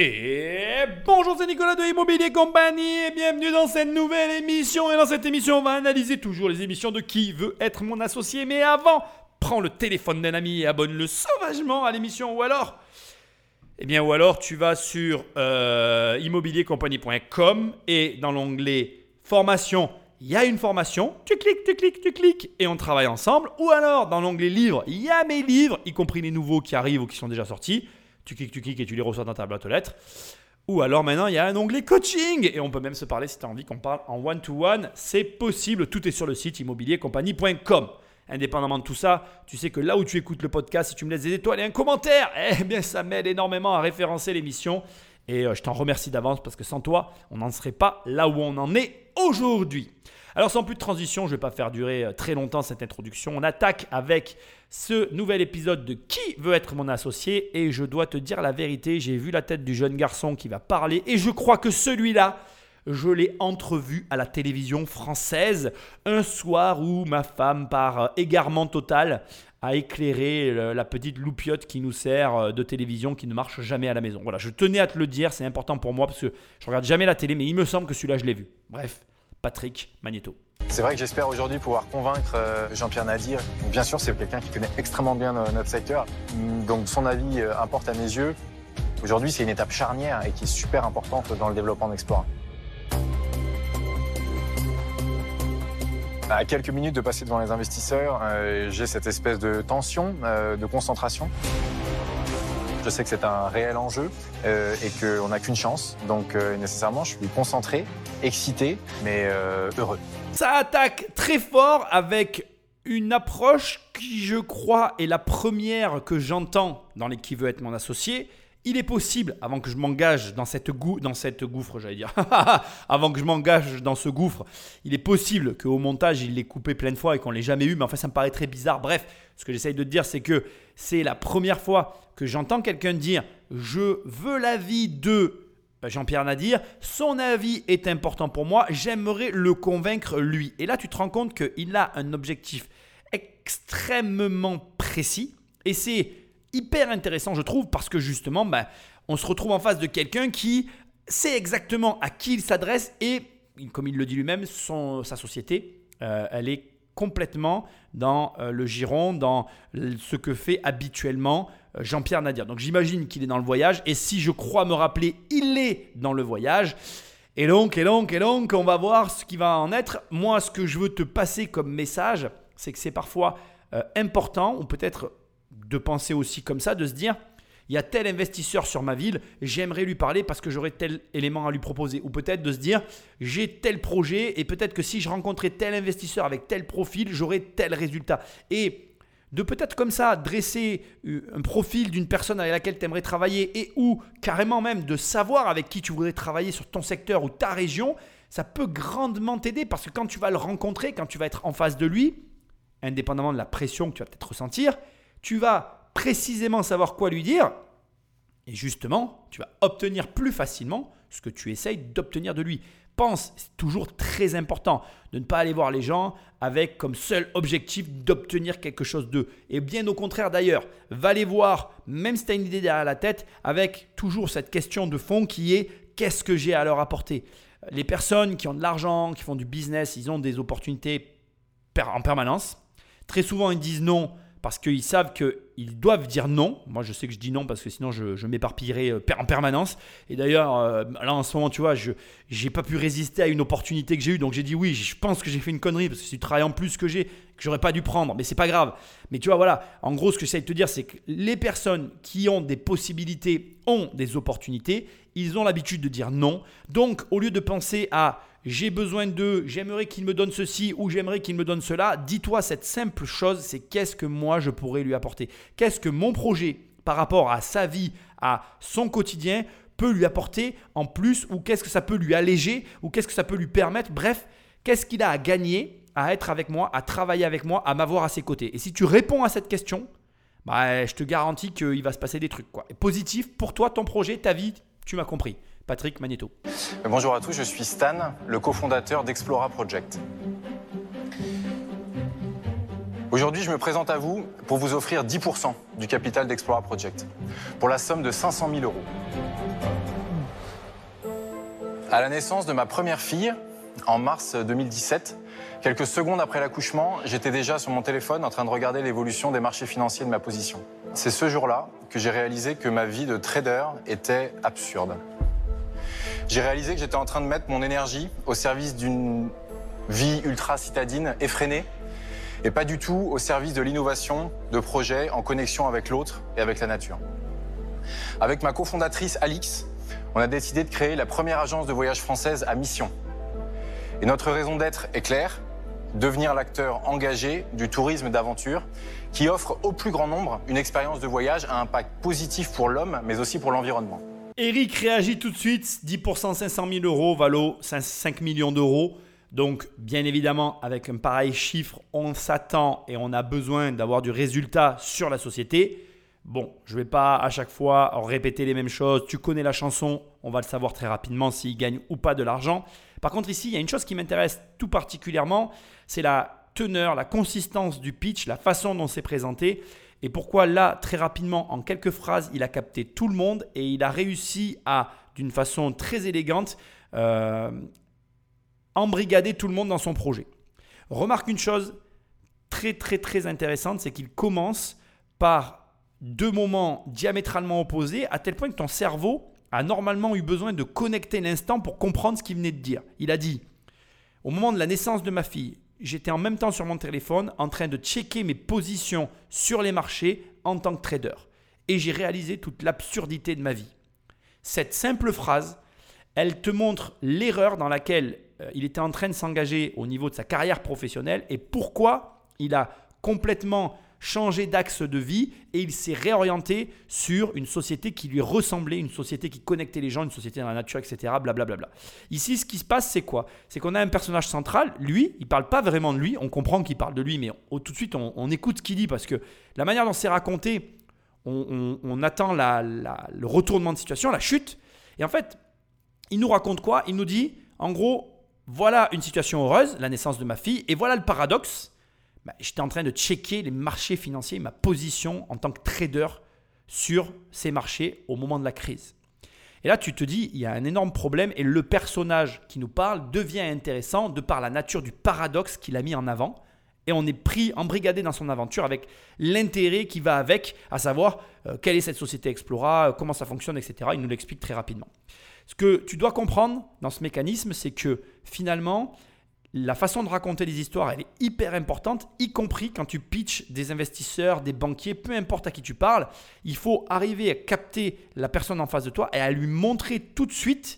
Et bonjour, c'est Nicolas de Immobilier Compagnie et bienvenue dans cette nouvelle émission. Et dans cette émission, on va analyser toujours les émissions de Qui veut être mon associé. Mais avant, prends le téléphone d'un ami et abonne-le sauvagement à l'émission. Ou alors tu vas sur immobiliercompagnie.com et dans l'onglet formation, il y a une formation. Tu cliques et on travaille ensemble. Ou alors dans l'onglet livres, il y a mes livres, y compris les nouveaux qui arrivent ou qui sont déjà sortis. Tu cliques et tu les reçois dans ta boîte aux lettres. Ou alors maintenant, il y a un onglet coaching. Et on peut même se parler si tu as envie qu'on parle en one-to-one. C'est possible. Tout est sur le site immobiliercompagnie.com. Indépendamment de tout ça, tu sais que là où tu écoutes le podcast, si tu me laisses des étoiles et un commentaire, ça m'aide énormément à référencer l'émission. Et je t'en remercie d'avance parce que sans toi, on n'en serait pas là où on en est aujourd'hui. Alors sans plus de transition, je ne vais pas faire durer très longtemps cette introduction. On attaque avec ce nouvel épisode de Qui veut être mon associé. Et je dois te dire la vérité, j'ai vu la tête du jeune garçon qui va parler. Et je crois que celui-là, je l'ai entrevu à la télévision française un soir où ma femme, par égarement total, a éclairé la petite loupiote qui nous sert de télévision qui ne marche jamais à la maison. Voilà, je tenais à te le dire, c'est important pour moi parce que je ne regarde jamais la télé, mais il me semble que celui-là, je l'ai vu. Bref. Patrick Magnéto. C'est vrai que j'espère aujourd'hui pouvoir convaincre Jean-Pierre Nadir. Bien sûr, c'est quelqu'un qui connaît extrêmement bien notre secteur, donc son avis importe à mes yeux. Aujourd'hui, c'est une étape charnière et qui est super importante dans le développement d'Explora. À quelques minutes de passer devant les investisseurs, j'ai cette espèce de tension, de concentration. Je sais que c'est un réel enjeu et qu'on n'a qu'une chance. Donc nécessairement, je suis concentré, excité, mais heureux. Ça attaque très fort avec une approche qui, je crois, est la première que j'entends dans les Qui veut être mon associé. Il est possible, avant que je m'engage dans cette gouffre, j'allais dire, avant que je m'engage dans ce gouffre, il est possible qu'au montage, il l'ait coupé plein de fois et qu'on ne l'ait jamais eu, mais enfin, ça me paraît très bizarre. Bref, ce que j'essaye de te dire, c'est que c'est la première fois que j'entends quelqu'un dire « Je veux l'avis de Jean-Pierre Nadir, son avis est important pour moi, j'aimerais le convaincre lui. » Et là, tu te rends compte qu'il a un objectif extrêmement précis et c'est hyper intéressant, je trouve, parce que justement, on se retrouve en face de quelqu'un qui sait exactement à qui il s'adresse et, comme il le dit lui-même, sa société, elle est complètement dans le giron, dans ce que fait habituellement Jean-Pierre Nadir. Donc j'imagine qu'il est dans le voyage et si je crois me rappeler, il est dans le voyage. Et donc, on va voir ce qui va en être. Moi, ce que je veux te passer comme message, c'est que c'est parfois important ou peut-être de penser aussi comme ça, de se dire il y a tel investisseur sur ma ville, j'aimerais lui parler parce que j'aurais tel élément à lui proposer. Ou peut-être de se dire j'ai tel projet et peut-être que si je rencontrais tel investisseur avec tel profil, j'aurais tel résultat. Et de peut-être comme ça dresser un profil d'une personne avec laquelle tu aimerais travailler et ou carrément même de savoir avec qui tu voudrais travailler sur ton secteur ou ta région, ça peut grandement t'aider parce que quand tu vas le rencontrer, quand tu vas être en face de lui, indépendamment de la pression que tu vas peut-être ressentir, tu vas précisément savoir quoi lui dire et justement, tu vas obtenir plus facilement ce que tu essayes d'obtenir de lui. Pense, c'est toujours très important de ne pas aller voir les gens avec comme seul objectif d'obtenir quelque chose d'eux. Et bien au contraire d'ailleurs, va les voir, même si tu as une idée derrière la tête, avec toujours cette question de fond qui est qu'est-ce que j'ai à leur apporter. Les personnes qui ont de l'argent, qui font du business, ils ont des opportunités en permanence. Très souvent, ils disent non parce qu'ils savent qu'ils doivent dire non. Moi, je sais que je dis non parce que sinon, je m'éparpillerai en permanence. Et d'ailleurs, là, en ce moment, tu vois, je n'ai pas pu résister à une opportunité que j'ai eue. Donc, j'ai dit oui, je pense que j'ai fait une connerie parce que c'est du travail en plus que j'aurais pas dû prendre. Mais c'est pas grave. Mais tu vois, voilà. En gros, ce que j'essaie de te dire, c'est que les personnes qui ont des possibilités ont des opportunités. Ils ont l'habitude de dire non. Donc, au lieu de penser à j'ai besoin d'eux, j'aimerais qu'ils me donnent ceci ou j'aimerais qu'ils me donnent cela, dis-toi cette simple chose, c'est qu'est-ce que moi je pourrais lui apporter. Qu'est-ce que mon projet par rapport à sa vie, à son quotidien peut lui apporter en plus ou qu'est-ce que ça peut lui alléger ou qu'est-ce que ça peut lui permettre. Bref, qu'est-ce qu'il a à gagner à être avec moi, à travailler avec moi, à m'avoir à ses côtés. Et si tu réponds à cette question, je te garantis qu'il va se passer des trucs, quoi. Et positif pour toi, ton projet, ta vie, tu m'as compris. Patrick Magnéto. Bonjour à tous, je suis Stan, le cofondateur d'Explora Project. Aujourd'hui, je me présente à vous pour vous offrir 10% du capital d'Explora Project, pour la somme de 500 000 euros. À la naissance de ma première fille, en mars 2017, quelques secondes après l'accouchement, j'étais déjà sur mon téléphone en train de regarder l'évolution des marchés financiers de ma position. C'est ce jour-là que j'ai réalisé que ma vie de trader était absurde. J'ai réalisé que j'étais en train de mettre mon énergie au service d'une vie ultra citadine, effrénée, et pas du tout au service de l'innovation, de projets en connexion avec l'autre et avec la nature. Avec ma cofondatrice Alix, on a décidé de créer la première agence de voyage française à mission. Et notre raison d'être est claire, devenir l'acteur engagé du tourisme d'aventure qui offre au plus grand nombre une expérience de voyage à impact positif pour l'homme, mais aussi pour l'environnement. Eric réagit tout de suite, 10% 500 000 euros, valo 5 millions d'euros. Donc, bien évidemment, avec un pareil chiffre, on s'attend et on a besoin d'avoir du résultat sur la société. Bon, je ne vais pas à chaque fois répéter les mêmes choses. Tu connais la chanson, on va le savoir très rapidement s'il gagne ou pas de l'argent. Par contre, ici, il y a une chose qui m'intéresse tout particulièrement, c'est la teneur, la consistance du pitch, la façon dont c'est présenté. Et pourquoi là, très rapidement, en quelques phrases, il a capté tout le monde et il a réussi à, d'une façon très élégante, embrigader tout le monde dans son projet. Remarque une chose très très très intéressante, c'est qu'il commence par deux moments diamétralement opposés à tel point que ton cerveau a normalement eu besoin de connecter l'instant pour comprendre ce qu'il venait de dire. Il a dit, au moment de la naissance de ma fille, j'étais en même temps sur mon téléphone en train de checker mes positions sur les marchés en tant que trader. Et j'ai réalisé toute l'absurdité de ma vie. Cette simple phrase, elle te montre l'erreur dans laquelle il était en train de s'engager au niveau de sa carrière professionnelle et pourquoi il a complètement changé d'axe de vie et il s'est réorienté sur une société qui lui ressemblait, une société qui connectait les gens, une société dans la nature, etc. Blablabla. Ici, ce qui se passe, c'est quoi? C'est qu'on a un personnage central, lui, il ne parle pas vraiment de lui, on comprend qu'il parle de lui, mais tout de suite, on écoute ce qu'il dit parce que la manière dont c'est raconté, on attend le retournement de situation, la chute. Et en fait, il nous raconte quoi? Il nous dit, en gros, voilà une situation heureuse, la naissance de ma fille, et voilà le paradoxe. J'étais en train de checker les marchés financiers, ma position en tant que trader sur ces marchés au moment de la crise. Et là, tu te dis, il y a un énorme problème et le personnage qui nous parle devient intéressant de par la nature du paradoxe qu'il a mis en avant. Et on est pris, embrigadé dans son aventure avec l'intérêt qui va avec, à savoir quelle est cette société Explora, comment ça fonctionne, etc. Il nous l'explique très rapidement. Ce que tu dois comprendre dans ce mécanisme, c'est que finalement, la façon de raconter les histoires, elle est hyper importante, y compris quand tu pitches des investisseurs, des banquiers, peu importe à qui tu parles. Il faut arriver à capter la personne en face de toi et à lui montrer tout de suite,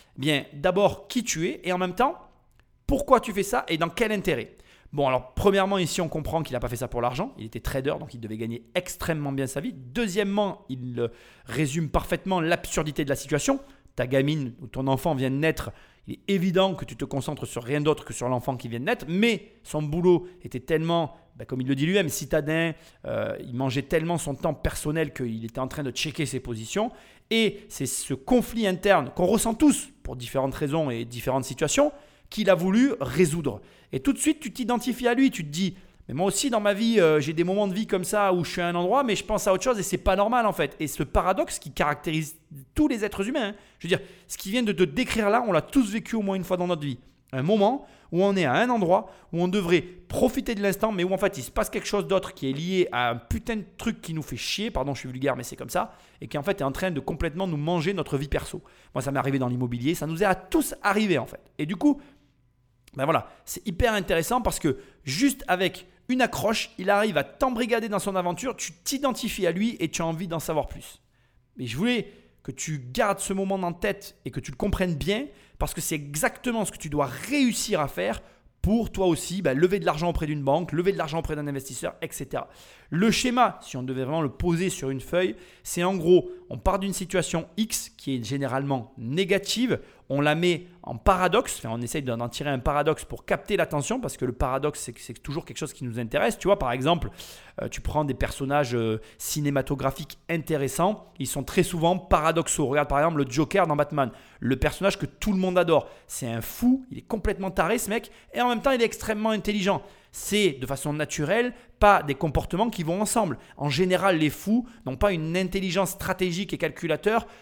d'abord qui tu es et en même temps, pourquoi tu fais ça et dans quel intérêt. Bon, alors premièrement, ici, on comprend qu'il n'a pas fait ça pour l'argent. Il était trader, donc il devait gagner extrêmement bien sa vie. Deuxièmement, il résume parfaitement l'absurdité de la situation. Ta gamine ou ton enfant vient de naître, il est évident que tu te concentres sur rien d'autre que sur l'enfant qui vient de naître, mais son boulot était tellement, comme il le dit lui-même, citadin, il mangeait tellement son temps personnel qu'il était en train de checker ses positions. Et c'est ce conflit interne qu'on ressent tous pour différentes raisons et différentes situations qu'il a voulu résoudre. Et tout de suite, tu t'identifies à lui, tu te dis, mais moi aussi dans ma vie, j'ai des moments de vie comme ça où je suis à un endroit, mais je pense à autre chose et c'est pas normal en fait. Et ce paradoxe qui caractérise tous les êtres humains, je veux dire, ce qui vient de te décrire là, on l'a tous vécu au moins une fois dans notre vie. Un moment où on est à un endroit où on devrait profiter de l'instant, mais où en fait il se passe quelque chose d'autre qui est lié à un putain de truc qui nous fait chier, pardon je suis vulgaire mais c'est comme ça, et qui en fait est en train de complètement nous manger notre vie perso. Moi ça m'est arrivé dans l'immobilier, ça nous est à tous arrivé en fait. Et du coup, voilà, c'est hyper intéressant parce que juste avec une accroche, il arrive à t'embrigader dans son aventure, tu t'identifies à lui et tu as envie d'en savoir plus. Mais je voulais que tu gardes ce moment en tête et que tu le comprennes bien parce que c'est exactement ce que tu dois réussir à faire pour toi aussi lever de l'argent auprès d'une banque, lever de l'argent auprès d'un investisseur, etc. Le schéma, si on devait vraiment le poser sur une feuille, c'est en gros, on part d'une situation X qui est généralement négative, on la met en paradoxe, on essaye d'en tirer un paradoxe pour capter l'attention parce que le paradoxe, c'est toujours quelque chose qui nous intéresse. Tu vois, par exemple, tu prends des personnages cinématographiques intéressants, ils sont très souvent paradoxaux. Regarde par exemple le Joker dans Batman, le personnage que tout le monde adore. C'est un fou, il est complètement taré ce mec et en même temps il est extrêmement intelligent. C'est de façon naturelle, pas des comportements qui vont ensemble. En général, les fous n'ont pas une intelligence stratégique et calculateur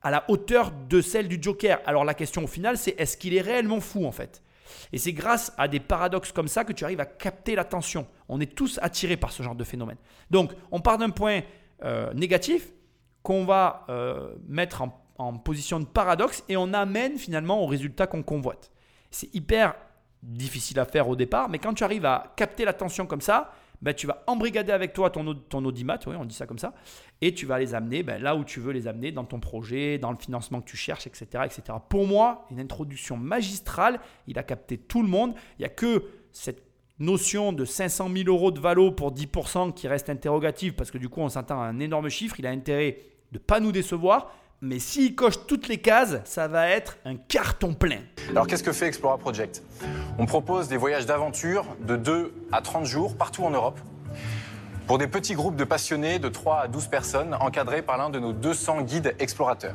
à la hauteur de celle du Joker. Alors la question au final, c'est est-ce qu'il est réellement fou en fait? Et c'est grâce à des paradoxes comme ça que tu arrives à capter l'attention. On est tous attirés par ce genre de phénomène. Donc on part d'un point négatif qu'on va mettre en position de paradoxe et on amène finalement au résultat qu'on convoite. C'est hyper difficile à faire au départ, mais quand tu arrives à capter l'attention comme ça, ben, tu vas embrigader avec toi ton audimat, oui, on dit ça comme ça, et tu vas les amener là où tu veux les amener, dans ton projet, dans le financement que tu cherches, etc. etc. Pour moi, une introduction magistrale, il a capté tout le monde. Il n'y a que cette notion de 500 000 euros de valo pour 10% qui reste interrogative, parce que du coup, on s'attend à un énorme chiffre. Il a intérêt de ne pas nous décevoir. Mais s'il coche toutes les cases, ça va être un carton plein. Alors qu'est-ce que fait Explora Project? On propose des voyages d'aventure de 2 à 30 jours partout en Europe pour des petits groupes de passionnés de 3 à 12 personnes encadrés par l'un de nos 200 guides explorateurs.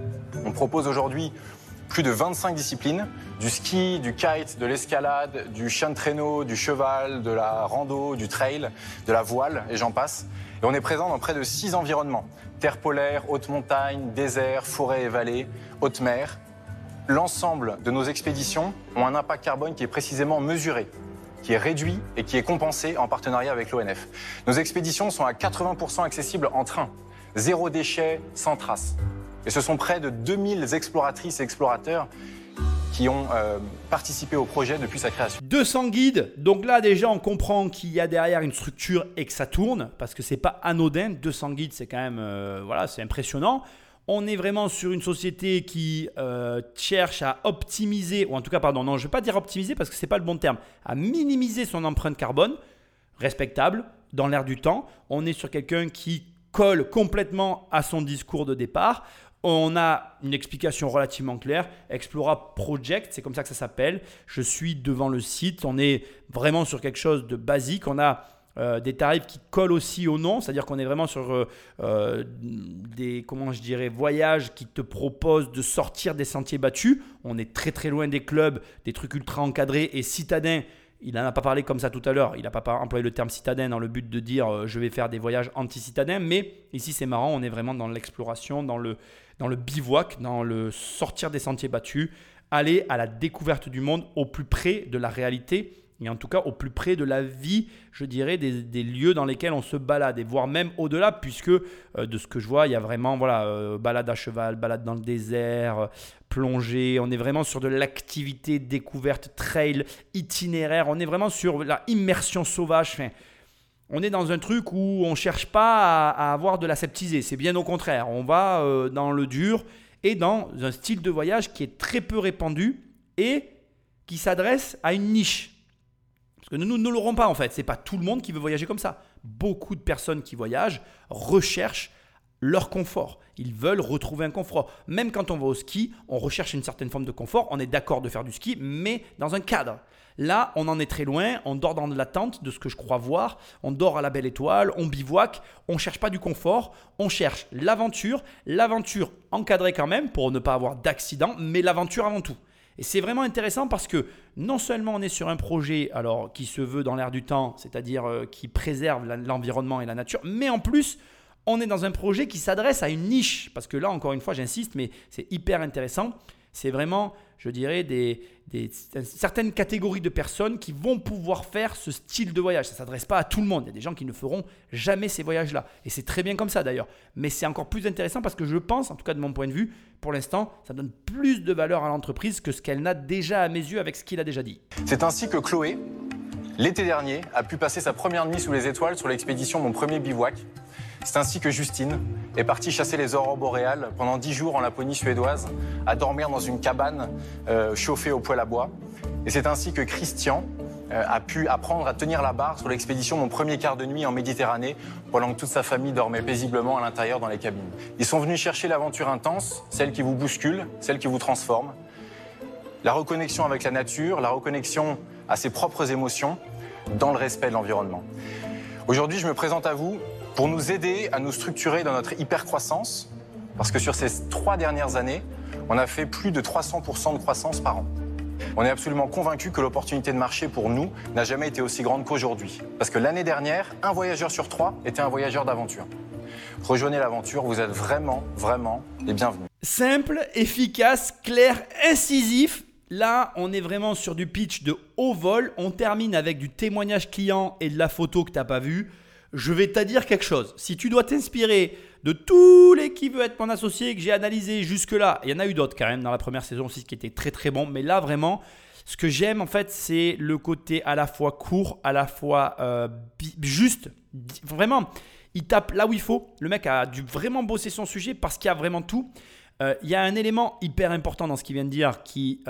On propose aujourd'hui plus de 25 disciplines, du ski, du kite, de l'escalade, du chien de traîneau, du cheval, de la rando, du trail, de la voile et j'en passe. Et on est présent dans près de 6 environnements. Terre polaire, haute montagne, désert, forêt et vallée, haute mer. L'ensemble de nos expéditions ont un impact carbone qui est précisément mesuré, qui est réduit et qui est compensé en partenariat avec l'ONF. Nos expéditions sont à 80% accessibles en train, 0 déchet, sans trace. Et ce sont près de 2000 exploratrices et explorateurs qui ont participé au projet depuis sa création. 200 guides, donc là déjà on comprend qu'il y a derrière une structure et que ça tourne, parce que c'est pas anodin, 200 guides c'est quand même, voilà, c'est impressionnant. On est vraiment sur une société qui cherche à optimiser, ou en tout cas pardon, non je ne vais pas dire optimiser parce que ce n'est pas le bon terme, à minimiser son empreinte carbone, respectable, dans l'air du temps. On est sur quelqu'un qui colle complètement à son discours de départ. On a une explication relativement claire. Explora Project, c'est comme ça que ça s'appelle. Je suis devant le site. On est vraiment sur quelque chose de basique. On a des tarifs qui collent aussi au nom. C'est-à-dire qu'on est vraiment sur des voyages qui te proposent de sortir des sentiers battus. On est très très loin des clubs, des trucs ultra encadrés et citadins. Il n'en a pas parlé comme ça tout à l'heure. Il n'a pas employé le terme citadin dans le but de dire je vais faire des voyages anti-citadins. Mais ici, c'est marrant. On est vraiment dans l'exploration, dans le bivouac, dans le sortir des sentiers battus, aller à la découverte du monde au plus près de la réalité et en tout cas au plus près de la vie, je dirais, des lieux dans lesquels on se balade et voire même au-delà puisque de ce que je vois, il y a vraiment balade à cheval, balade dans le désert, plongée. On est vraiment sur de l'activité découverte, trail, itinéraire. On est vraiment sur la immersion sauvage. Enfin, on est dans un truc où on ne cherche pas à avoir de l'aseptisé. C'est bien au contraire. On va dans le dur et dans un style de voyage qui est très peu répandu et qui s'adresse à une niche. Parce que nous ne l'aurons pas en fait. Ce n'est pas tout le monde qui veut voyager comme ça. Beaucoup de personnes qui voyagent recherchent leur confort. Ils veulent retrouver un confort. Même quand on va au ski, on recherche une certaine forme de confort. On est d'accord de faire du ski, mais dans un cadre. Là, on en est très loin. On dort dans de la tente, de ce que je crois voir. On dort à la belle étoile, on bivouac. On ne cherche pas du confort. On cherche l'aventure. L'aventure encadrée quand même pour ne pas avoir d'accident, mais l'aventure avant tout. Et c'est vraiment intéressant parce que non seulement on est sur un projet qui se veut dans l'air du temps, c'est-à-dire qui préserve l'environnement et la nature, mais en plus, on est dans un projet qui s'adresse à une niche. Parce que là, encore une fois, j'insiste, mais c'est hyper intéressant. C'est vraiment, je dirais, certaines catégories de personnes qui vont pouvoir faire ce style de voyage. Ça ne s'adresse pas à tout le monde. Il y a des gens qui ne feront jamais ces voyages-là. Et c'est très bien comme ça d'ailleurs. Mais c'est encore plus intéressant parce que je pense, en tout cas de mon point de vue, pour l'instant, ça donne plus de valeur à l'entreprise que ce qu'elle n'a déjà à mes yeux avec ce qu'il a déjà dit. C'est ainsi que Chloé, l'été dernier, a pu passer sa première nuit sous les étoiles sur l'expédition Mon Premier Bivouac. C'est ainsi que Justine est partie chasser les aurores boréales pendant 10 jours en Laponie suédoise, à dormir dans une cabane chauffée au poêle à bois. Et c'est ainsi que Christian a pu apprendre à tenir la barre sur l'expédition Mon Premier Quart de Nuit en Méditerranée, pendant que toute sa famille dormait paisiblement à l'intérieur dans les cabines. Ils sont venus chercher l'aventure intense, celle qui vous bouscule, celle qui vous transforme. La reconnexion avec la nature, la reconnexion à ses propres émotions, dans le respect de l'environnement. Aujourd'hui, je me présente à vous pour nous aider à nous structurer dans notre hypercroissance, parce que sur ces 3 dernières années, on a fait plus de 300% de croissance par an. On est absolument convaincu que l'opportunité de marché pour nous n'a jamais été aussi grande qu'aujourd'hui. Parce que l'année dernière, 1 voyageur sur 3 était un voyageur d'aventure. Rejoignez l'aventure, vous êtes vraiment, vraiment les bienvenus. Simple, efficace, clair, incisif. Là, on est vraiment sur du pitch de haut vol. On termine avec du témoignage client et de la photo que tu n'as pas vue. Je vais te dire quelque chose. Si tu dois t'inspirer de tous les qui veut être mon associé que j'ai analysé jusque-là, il y en a eu d'autres quand même dans la première saison aussi qui étaient très très bons. Mais là, vraiment, ce que j'aime en fait, c'est le côté à la fois court, à la fois juste. Vraiment, il tape là où il faut. Le mec a dû vraiment bosser son sujet parce qu'il y a vraiment tout. Il y a un élément hyper important dans ce qu'il vient de dire qui,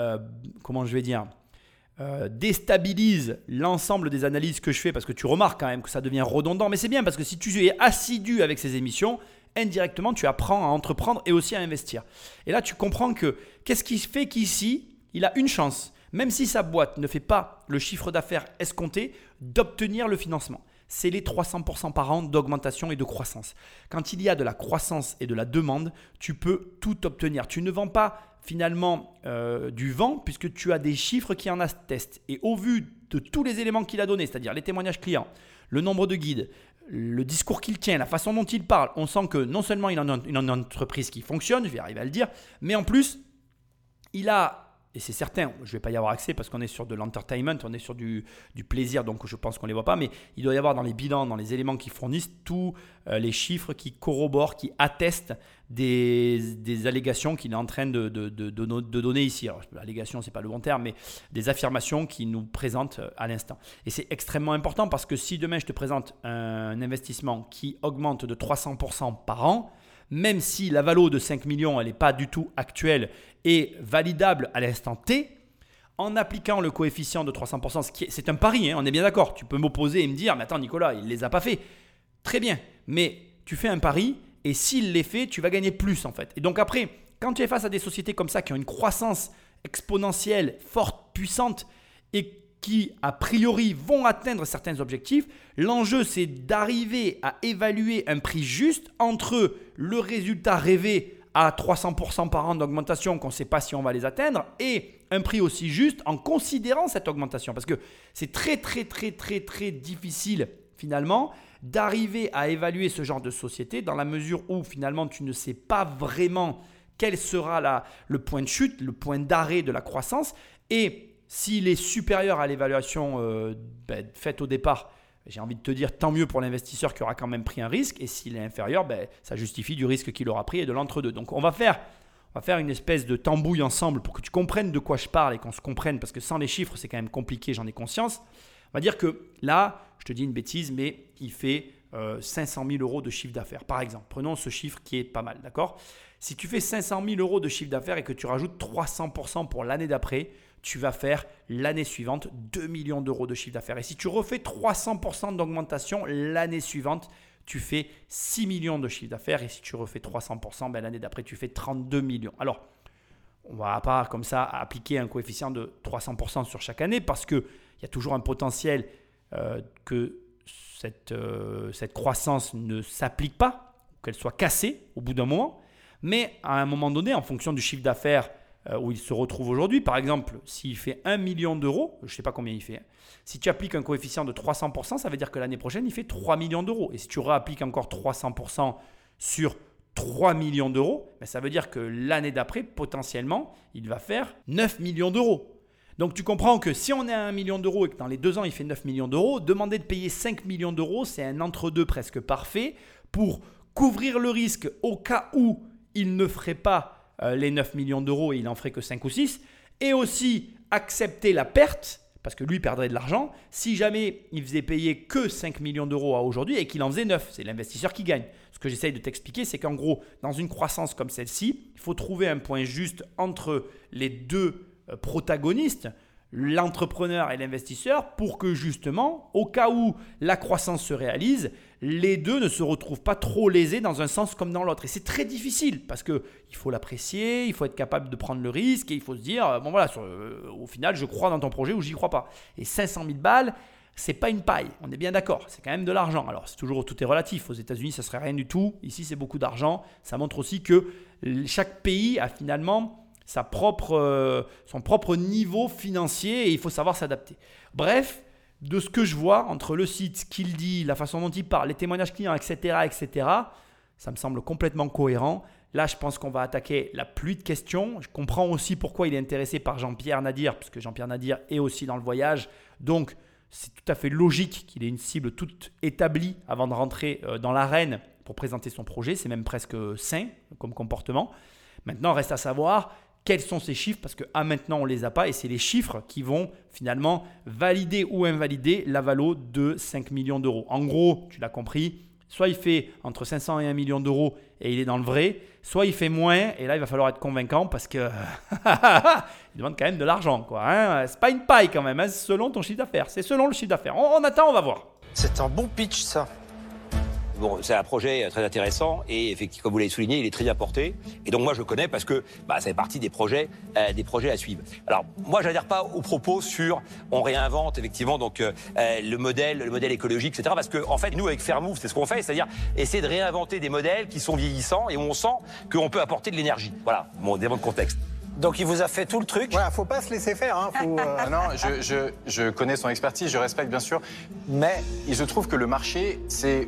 déstabilise l'ensemble des analyses que je fais parce que tu remarques quand même que ça devient redondant. Mais c'est bien parce que si tu es assidu avec ces émissions, indirectement, tu apprends à entreprendre et aussi à investir. Et là, tu comprends que qu'est-ce qui fait qu'ici, il a une chance, même si sa boîte ne fait pas le chiffre d'affaires escompté, d'obtenir le financement. C'est les 300% par an d'augmentation et de croissance. Quand il y a de la croissance et de la demande, tu peux tout obtenir. Tu ne vends pas finalement du vent puisque tu as des chiffres qui en attestent. Et au vu de tous les éléments qu'il a donnés, c'est-à-dire les témoignages clients, le nombre de guides, le discours qu'il tient, la façon dont il parle, on sent que non seulement il a une entreprise qui fonctionne, je vais arriver à le dire, mais en plus, il a... Et c'est certain, je ne vais pas y avoir accès parce qu'on est sur de l'entertainment, on est sur du plaisir, donc je pense qu'on ne les voit pas. Mais il doit y avoir dans les bilans, dans les éléments qui fournissent, tous les chiffres qui corroborent, qui attestent des allégations qu'il est en train de donner ici. Alors, allégation, ce n'est pas le bon terme, mais des affirmations qu'il nous présente à l'instant. Et c'est extrêmement important parce que si demain je te présente un investissement qui augmente de 300% par an, même si la valo de 5 millions, elle n'est pas du tout actuelle et validable à l'instant T, en appliquant le coefficient de 300%, c'est un pari, on est bien d'accord. Tu peux m'opposer et me dire, mais attends Nicolas, il ne les a pas fait. Très bien, mais tu fais un pari et s'il les fait, tu vas gagner plus en fait. Et donc après, quand tu es face à des sociétés comme ça qui ont une croissance exponentielle, forte, puissante et qui, a priori, vont atteindre certains objectifs. L'enjeu, c'est d'arriver à évaluer un prix juste entre le résultat rêvé à 300% par an d'augmentation qu'on ne sait pas si on va les atteindre et un prix aussi juste en considérant cette augmentation. Parce que c'est très, très, très, très, très difficile finalement d'arriver à évaluer ce genre de société dans la mesure où finalement tu ne sais pas vraiment quel sera le point de chute, le point d'arrêt de la croissance et s'il est supérieur à l'évaluation faite au départ, j'ai envie de te dire tant mieux pour l'investisseur qui aura quand même pris un risque. Et s'il est inférieur, ça justifie du risque qu'il aura pris et de l'entre-deux. Donc on va faire une espèce de tambouille ensemble pour que tu comprennes de quoi je parle et qu'on se comprenne. Parce que sans les chiffres, c'est quand même compliqué, j'en ai conscience. On va dire que là, je te dis une bêtise, mais il fait 500 000 euros de chiffre d'affaires. Par exemple, prenons ce chiffre qui est pas mal, d'accord ? Si tu fais 500 000 euros de chiffre d'affaires et que tu rajoutes 300% pour l'année d'après, tu vas faire l'année suivante 2 millions d'euros de chiffre d'affaires. Et si tu refais 300% d'augmentation l'année suivante, tu fais 6 millions de chiffre d'affaires. Et si tu refais 300%, l'année d'après, tu fais 32 millions. Alors, on ne va pas comme ça appliquer un coefficient de 300% sur chaque année parce qu'il y a toujours un potentiel que cette croissance ne s'applique pas, qu'elle soit cassée au bout d'un moment. Mais à un moment donné, en fonction du chiffre d'affaires où il se retrouve aujourd'hui, par exemple, s'il fait 1 million d'euros, je ne sais pas combien il fait, si tu appliques un coefficient de 300%, ça veut dire que l'année prochaine, il fait 3 millions d'euros. Et si tu réappliques encore 300% sur 3 millions d'euros, ça veut dire que l'année d'après, potentiellement, il va faire 9 millions d'euros. Donc tu comprends que si on est à 1 million d'euros et que dans les 2 ans, il fait 9 millions d'euros, demander de payer 5 millions d'euros, c'est un entre-deux presque parfait pour couvrir le risque au cas où il ne ferait pas les 9 millions d'euros et il en ferait que 5 ou 6, et aussi accepter la perte, parce que lui perdrait de l'argent, si jamais il faisait payer que 5 millions d'euros à aujourd'hui et qu'il en faisait 9. C'est l'investisseur qui gagne. Ce que j'essaye de t'expliquer, c'est qu'en gros, dans une croissance comme celle-ci, il faut trouver un point juste entre les deux protagonistes, l'entrepreneur et l'investisseur, pour que justement, au cas où la croissance se réalise, les deux ne se retrouvent pas trop lésés dans un sens comme dans l'autre. Et c'est très difficile parce qu'il faut l'apprécier, il faut être capable de prendre le risque et il faut se dire, bon voilà, au final, je crois dans ton projet ou j'y crois pas. Et 500 000 balles, c'est pas une paille, on est bien d'accord, c'est quand même de l'argent. Alors, tout est relatif. Aux États-Unis, ça serait rien du tout. Ici, c'est beaucoup d'argent. Ça montre aussi que chaque pays a finalement son propre niveau financier et il faut savoir s'adapter. Bref, de ce que je vois entre le site, ce qu'il dit, la façon dont il parle, les témoignages clients, etc., ça me semble complètement cohérent. Là, je pense qu'on va attaquer la pluie de questions. Je comprends aussi pourquoi il est intéressé par Jean-Pierre Nadir, puisque Jean-Pierre Nadir est aussi dans le voyage. Donc, c'est tout à fait logique qu'il ait une cible toute établie avant de rentrer dans l'arène pour présenter son projet. C'est même presque sain comme comportement. Maintenant, reste à savoir quels sont ces chiffres, parce que maintenant, on ne les a pas et c'est les chiffres qui vont finalement valider ou invalider la valo de 5 millions d'euros. En gros, tu l'as compris, soit il fait entre 500 et 1 million d'euros et il est dans le vrai, soit il fait moins et là, il va falloir être convaincant parce que il demande quand même de l'argent, quoi, hein. C'est pas une paille quand même, hein, selon ton chiffre d'affaires. C'est selon le chiffre d'affaires. On attend, on va voir. C'est un bon pitch, ça. Bon, c'est un projet très intéressant et effectivement, comme vous l'avez souligné, il est très bien porté. Et donc moi, je le connais parce que ça fait partie des projets à suivre. Alors moi, j'adhère pas aux propos sur on réinvente effectivement donc le modèle écologique, etc. Parce que en fait, nous avec Fairmove, c'est ce qu'on fait, c'est-à-dire essayer de réinventer des modèles qui sont vieillissants et où on sent qu'on peut apporter de l'énergie. Voilà, mon élément de contexte. Donc il vous a fait tout le truc. Voilà, faut pas se laisser faire. Hein, non, je connais son expertise, je respecte bien sûr, mais il se trouve que le marché, c'est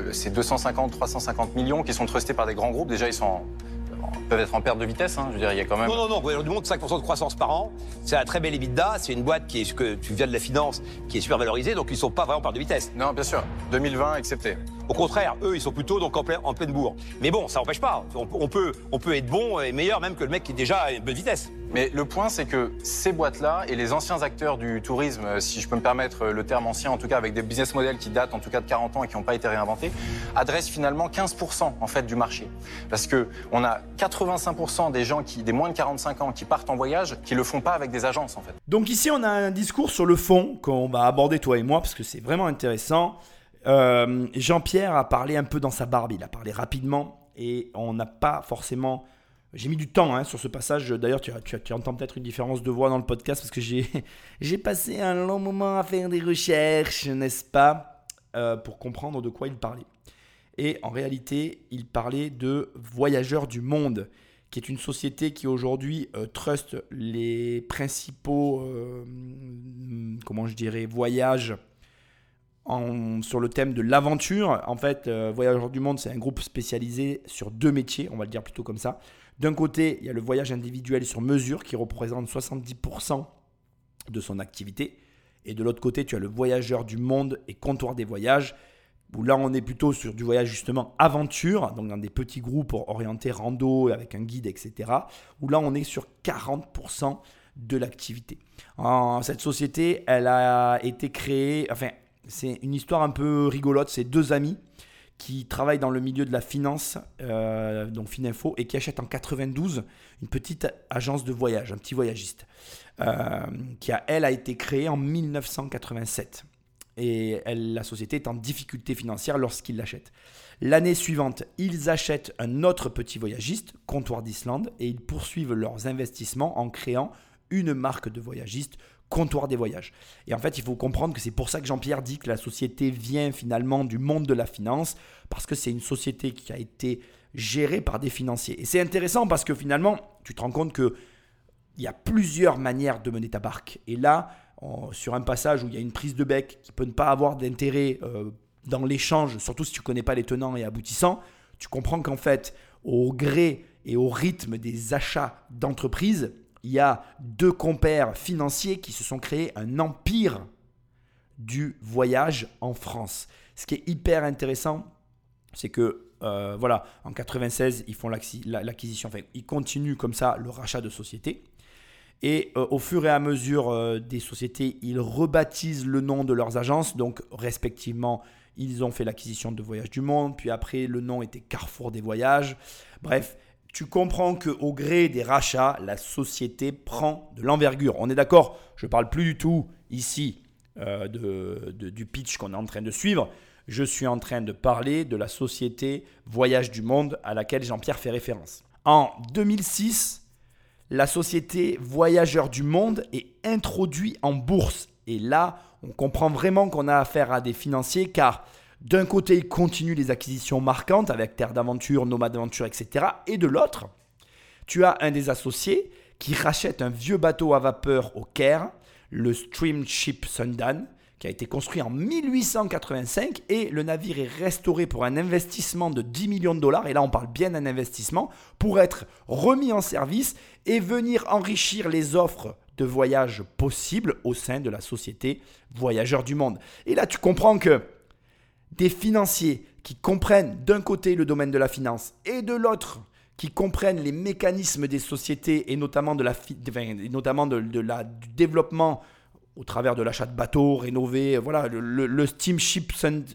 250-350 millions qui sont trustés par des grands groupes. Déjà, ils peuvent être en perte de vitesse. Hein, je veux dire, il y a quand même. Non, Voyage du Monde, 5% de croissance par an. C'est un très bel EBITDA. C'est une boîte que tu viens de la finance, qui est super valorisée, donc ils sont pas vraiment en perte de vitesse. Non, bien sûr. 2020 excepté. Au contraire, eux, ils sont plutôt donc en pleine bourre. Mais bon, ça n'empêche pas. On peut être bon et meilleur même que le mec qui est déjà à une bonne vitesse. Mais le point, c'est que ces boîtes-là et les anciens acteurs du tourisme, si je peux me permettre le terme ancien, en tout cas avec des business models qui datent en tout cas de 40 ans et qui n'ont pas été réinventés, adressent finalement 15% en fait du marché. Parce que on a 85% des gens des moins de 45 ans qui partent en voyage, qui le font pas avec des agences en fait. Donc ici, on a un discours sur le fond qu'on va aborder toi et moi parce que c'est vraiment intéressant. Jean-Pierre a parlé un peu dans sa barbe, il a parlé rapidement et on n'a pas forcément... J'ai mis du temps sur ce passage. D'ailleurs, tu entends peut-être une différence de voix dans le podcast parce que j'ai passé un long moment à faire des recherches, n'est-ce pas, pour comprendre de quoi il parlait. Et en réalité, il parlait de Voyageurs du Monde, qui est une société qui aujourd'hui truste les principaux, voyages sur le thème de l'aventure. En fait, Voyageurs du Monde, c'est un groupe spécialisé sur 2 métiers, on va le dire plutôt comme ça. D'un côté, il y a le voyage individuel sur mesure qui représente 70% de son activité. Et de l'autre côté, tu as le Voyageur du Monde et Comptoir des voyages, où là, on est plutôt sur du voyage justement aventure, donc dans des petits groupes orientés rando avec un guide, etc. Où là, on est sur 40% de l'activité. Cette société, elle a été créée... c'est une histoire un peu rigolote. C'est 2 amis qui travaillent dans le milieu de la finance, donc Fininfo, et qui achètent en 92 une petite agence de voyage, un petit voyagiste, qui a été créée en 1987. Et la société est en difficulté financière lorsqu'ils l'achètent. L'année suivante, ils achètent un autre petit voyagiste, Comptoir d'Islande, et ils poursuivent leurs investissements en créant une marque de voyagiste, Comptoir des voyages. Et en fait, il faut comprendre que c'est pour ça que Jean-Pierre dit que la société vient finalement du monde de la finance, parce que c'est une société qui a été gérée par des financiers. Et c'est intéressant parce que finalement, tu te rends compte qu'il y a plusieurs manières de mener ta barque. Et là, sur un passage où il y a une prise de bec qui peut ne pas avoir d'intérêt dans l'échange, surtout si tu ne connais pas les tenants et aboutissants, tu comprends qu'en fait, au gré et au rythme des achats d'entreprises, il y a 2 compères financiers qui se sont créés un empire du voyage en France. Ce qui est hyper intéressant, c'est que en 96, ils font l'acquisition, ils continuent comme ça le rachat de sociétés. Et au fur et à mesure des sociétés, ils rebaptisent le nom de leurs agences. Donc respectivement, ils ont fait l'acquisition de Voyage du Monde, puis après le nom était Carrefour des voyages. Bref, tu comprends qu'au gré des rachats, la société prend de l'envergure. On est d'accord, je ne parle plus du tout ici du pitch qu'on est en train de suivre. Je suis en train de parler de la société Voyage du Monde à laquelle Jean-Pierre fait référence. En 2006, la société Voyageurs du Monde est introduite en bourse. Et là, on comprend vraiment qu'on a affaire à des financiers car d'un côté, ils continuent les acquisitions marquantes avec Terre d'Aventure, Nomade d'Aventure, etc. Et de l'autre, tu as un des associés qui rachète un vieux bateau à vapeur au Caire, le Streamship Sundan, qui a été construit en 1885 et le navire est restauré pour un investissement de 10 millions de dollars. Et là, on parle bien d'un investissement pour être remis en service et venir enrichir les offres de voyage possibles au sein de la société Voyageurs du Monde. Et là, tu comprends que des financiers qui comprennent d'un côté le domaine de la finance et de l'autre qui comprennent les mécanismes des sociétés et notamment, du développement au travers de l'achat de bateaux rénovés, voilà, le steamship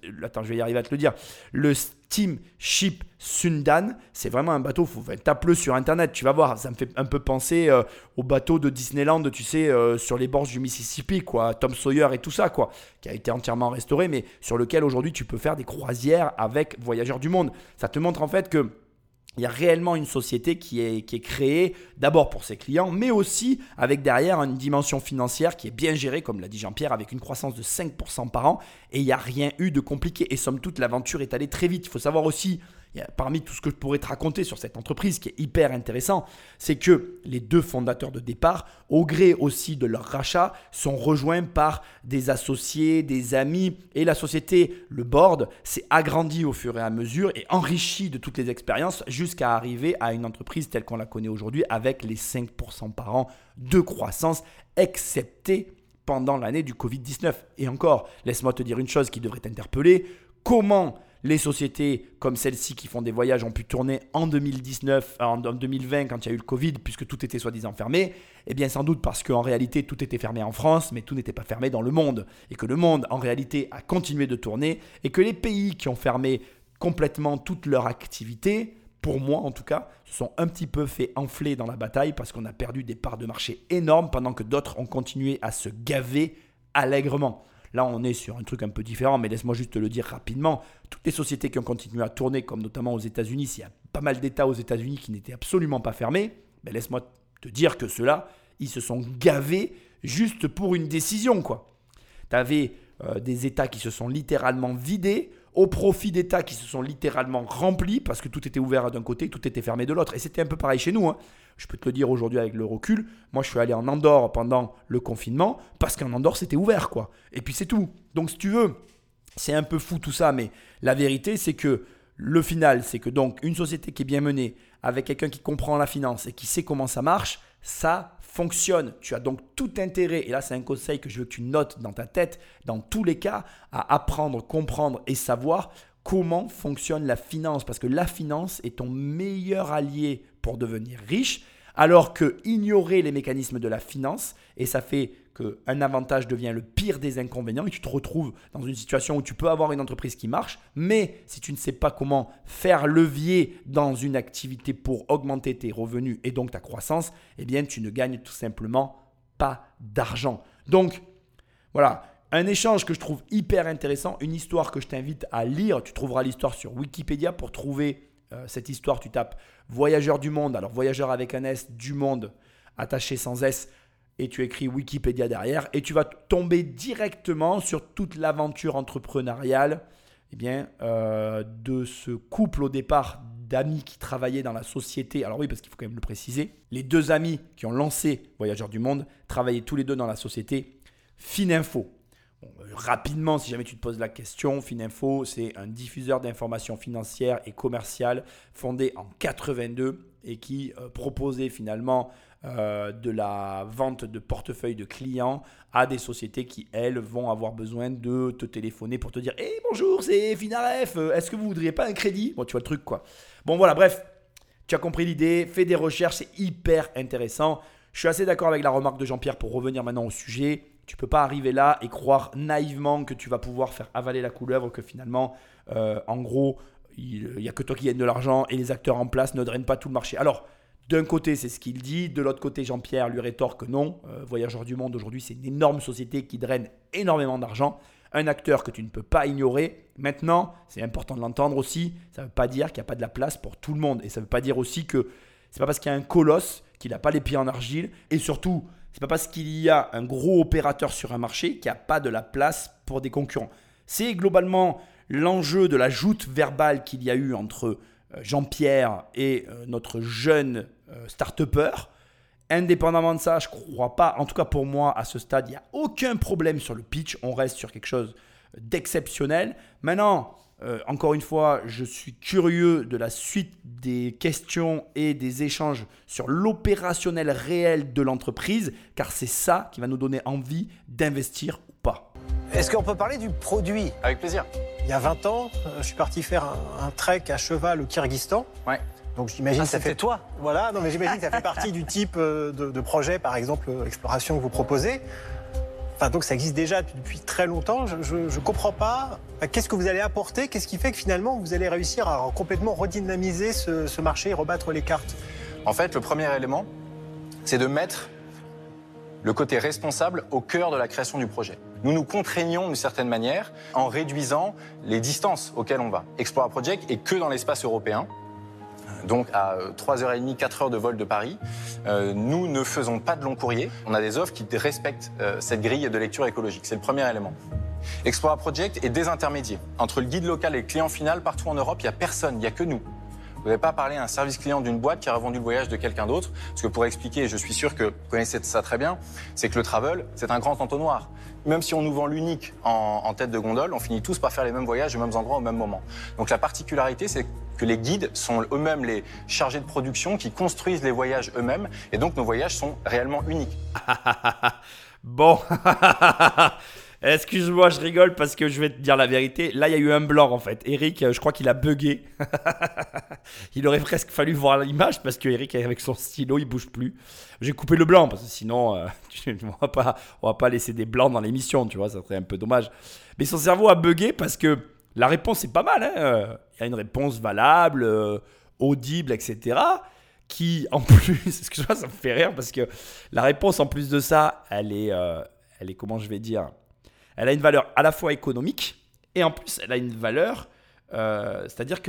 le steamship Sundan, c'est vraiment un bateau, tape-le sur internet, tu vas voir, ça me fait un peu penser au bateau de Disneyland, tu sais, sur les bords du Mississippi, quoi, Tom Sawyer et tout ça, quoi, qui a été entièrement restauré, mais sur lequel aujourd'hui tu peux faire des croisières avec Voyageurs du Monde. Ça te montre en fait que il y a réellement une société qui est créée d'abord pour ses clients, mais aussi avec derrière une dimension financière qui est bien gérée, comme l'a dit Jean-Pierre, avec une croissance de 5% par an. Et il n'y a rien eu de compliqué. Et somme toute, l'aventure est allée très vite. Il faut savoir aussi, parmi tout ce que je pourrais te raconter sur cette entreprise qui est hyper intéressant, c'est que les deux fondateurs de départ, au gré aussi de leur rachat, sont rejoints par des associés, des amis. Et la société, le board, s'est agrandie au fur et à mesure et enrichie de toutes les expériences jusqu'à arriver à une entreprise telle qu'on la connaît aujourd'hui avec les 5% par an de croissance, excepté pendant l'année du Covid-19. Et encore, laisse-moi te dire une chose qui devrait t'interpeller. Comment les sociétés comme celle-ci qui font des voyages ont pu tourner en 2019, en 2020 quand il y a eu le Covid, puisque tout était soi-disant fermé? Eh bien sans doute parce qu'en réalité tout était fermé en France, mais tout n'était pas fermé dans le monde. Et que le monde en réalité a continué de tourner et que les pays qui ont fermé complètement toute leur activité, pour moi en tout cas, se sont un petit peu fait enfler dans la bataille parce qu'on a perdu des parts de marché énormes pendant que d'autres ont continué à se gaver allègrement. Là, on est sur un truc un peu différent, mais laisse-moi juste te le dire rapidement. Toutes les sociétés qui ont continué à tourner, comme notamment aux États-Unis, s'il y a pas mal d'États aux États-Unis qui n'étaient absolument pas fermés, ben laisse-moi te dire que ceux-là, ils se sont gavés juste pour une décision, quoi. Tu avais des États qui se sont littéralement vidés au profit d'États qui se sont littéralement remplis parce que tout était ouvert d'un côté, tout était fermé de l'autre. Et c'était un peu pareil chez nous, hein. Je peux te le dire aujourd'hui avec le recul. Moi, je suis allé en Andorre pendant le confinement parce qu'en Andorre, c'était ouvert, quoi. Et puis, c'est tout. Donc, si tu veux, c'est un peu fou tout ça. Mais la vérité, c'est que le final, c'est que donc une société qui est bien menée avec quelqu'un qui comprend la finance et qui sait comment ça marche, ça fonctionne. Tu as donc tout intérêt, et là, c'est un conseil que je veux que tu notes dans ta tête, dans tous les cas, à apprendre, comprendre et savoir comment fonctionne la finance, parce que la finance est ton meilleur allié pour devenir riche, alors que ignorer les mécanismes de la finance, et ça fait qu'un avantage devient le pire des inconvénients, et tu te retrouves dans une situation où tu peux avoir une entreprise qui marche, mais si tu ne sais pas comment faire levier dans une activité pour augmenter tes revenus et donc ta croissance, eh bien tu ne gagnes tout simplement pas d'argent. Donc voilà. Un échange que je trouve hyper intéressant, une histoire que je t'invite à lire. Tu trouveras l'histoire sur Wikipédia pour trouver cette histoire. Tu tapes Voyageurs du Monde, alors Voyageurs avec un S, du Monde, attaché sans S, et tu écris Wikipédia derrière. Et tu vas tomber directement sur toute l'aventure entrepreneuriale de ce couple au départ d'amis qui travaillaient dans la société. Alors oui, parce qu'il faut quand même le préciser. Les deux amis qui ont lancé Voyageurs du Monde travaillaient tous les deux dans la société Fininfo. Bon, rapidement, si jamais tu te poses la question, Fininfo, c'est un diffuseur d'informations financières et commerciales fondé en 82 et qui proposait finalement de la vente de portefeuilles de clients à des sociétés qui, elles, vont avoir besoin de te téléphoner pour te dire « Hey, bonjour, c'est Finaref, est-ce que vous ne voudriez pas un crédit ?» Bon, tu vois le truc, quoi. Bon, voilà, bref, tu as compris l'idée, fais des recherches, c'est hyper intéressant. Je suis assez d'accord avec la remarque de Jean-Pierre pour revenir maintenant au sujet. Tu ne peux pas arriver là et croire naïvement que tu vas pouvoir faire avaler la couleuvre, que finalement, en gros, il n'y a que toi qui gagnes de l'argent et les acteurs en place ne drainent pas tout le marché. Alors, d'un côté, c'est ce qu'il dit. De l'autre côté, Jean-Pierre lui rétorque que non. Voyageurs du Monde, aujourd'hui, c'est une énorme société qui draine énormément d'argent. Un acteur que tu ne peux pas ignorer. Maintenant, c'est important de l'entendre aussi, ça ne veut pas dire qu'il n'y a pas de la place pour tout le monde. Et ça ne veut pas dire aussi que ce n'est pas parce qu'il y a un colosse qu'il n'a pas les pieds en argile. Et surtout, c'est pas parce qu'il y a un gros opérateur sur un marché qu'il n'y a pas de la place pour des concurrents. C'est globalement l'enjeu de la joute verbale qu'il y a eu entre Jean-Pierre et notre jeune start-upper. Indépendamment de ça, je ne crois pas, en tout cas pour moi, à ce stade, il n'y a aucun problème sur le pitch. On reste sur quelque chose d'exceptionnel. Maintenant, encore une fois, je suis curieux de la suite des questions et des échanges sur l'opérationnel réel de l'entreprise, car c'est ça qui va nous donner envie d'investir ou pas. Est-ce qu'on peut parler du produit? Avec plaisir. Il y a 20 ans, je suis parti faire un trek à cheval au Kyrgyzstan. Ouais. Donc j'imagine que ça c'était fait toi. Voilà, non mais j'imagine que ça fait partie du type de projet, par exemple, exploration que vous proposez. Enfin, donc ça existe déjà depuis très longtemps. Je ne comprends pas. Qu'est-ce que vous allez apporter? Qu'est-ce qui fait que finalement vous allez réussir à complètement redynamiser ce marché et rebattre les cartes? En fait, le premier élément, c'est de mettre le côté responsable au cœur de la création du projet. Nous nous contraignons d'une certaine manière en réduisant les distances auxquelles on va. Explora Project est que dans l'espace européen. Donc à 3h30, 4 heures de vol de Paris, nous ne faisons pas de long courrier. On a des offres qui respectent cette grille de lecture écologique. C'est le premier élément. Explora Project est désintermédié. Entre le guide local et le client final, partout en Europe, il n'y a personne, il n'y a que nous. Vous n'avez pas parlé à un service client d'une boîte qui a revendu le voyage de quelqu'un d'autre. Parce que pour expliquer, je suis sûr que vous connaissez ça très bien, c'est que le travel, c'est un grand entonnoir. Même si on nous vend l'unique en tête de gondole, on finit tous par faire les mêmes voyages aux mêmes endroits au même moment. Donc la particularité, c'est que les guides sont eux-mêmes les chargés de production qui construisent les voyages eux-mêmes. Et donc nos voyages sont réellement uniques. Bon, excuse-moi, je rigole parce que je vais te dire la vérité. Là, il y a eu un blanc en fait. Eric, je crois qu'il a bugué. Il aurait presque fallu voir l'image parce que Eric, avec son stylo, il bouge plus. J'ai coupé le blanc parce que sinon, on va pas laisser des blancs dans l'émission, tu vois, ça serait un peu dommage. Mais son cerveau a bugué parce que la réponse est pas mal. Hein. Il y a une réponse valable, audible, etc. Qui, en plus, excuse-moi, ça me fait rire parce que la réponse, en plus de ça, elle est comment je vais dire, elle a une valeur à la fois économique et en plus, elle a une valeur, c'est-à-dire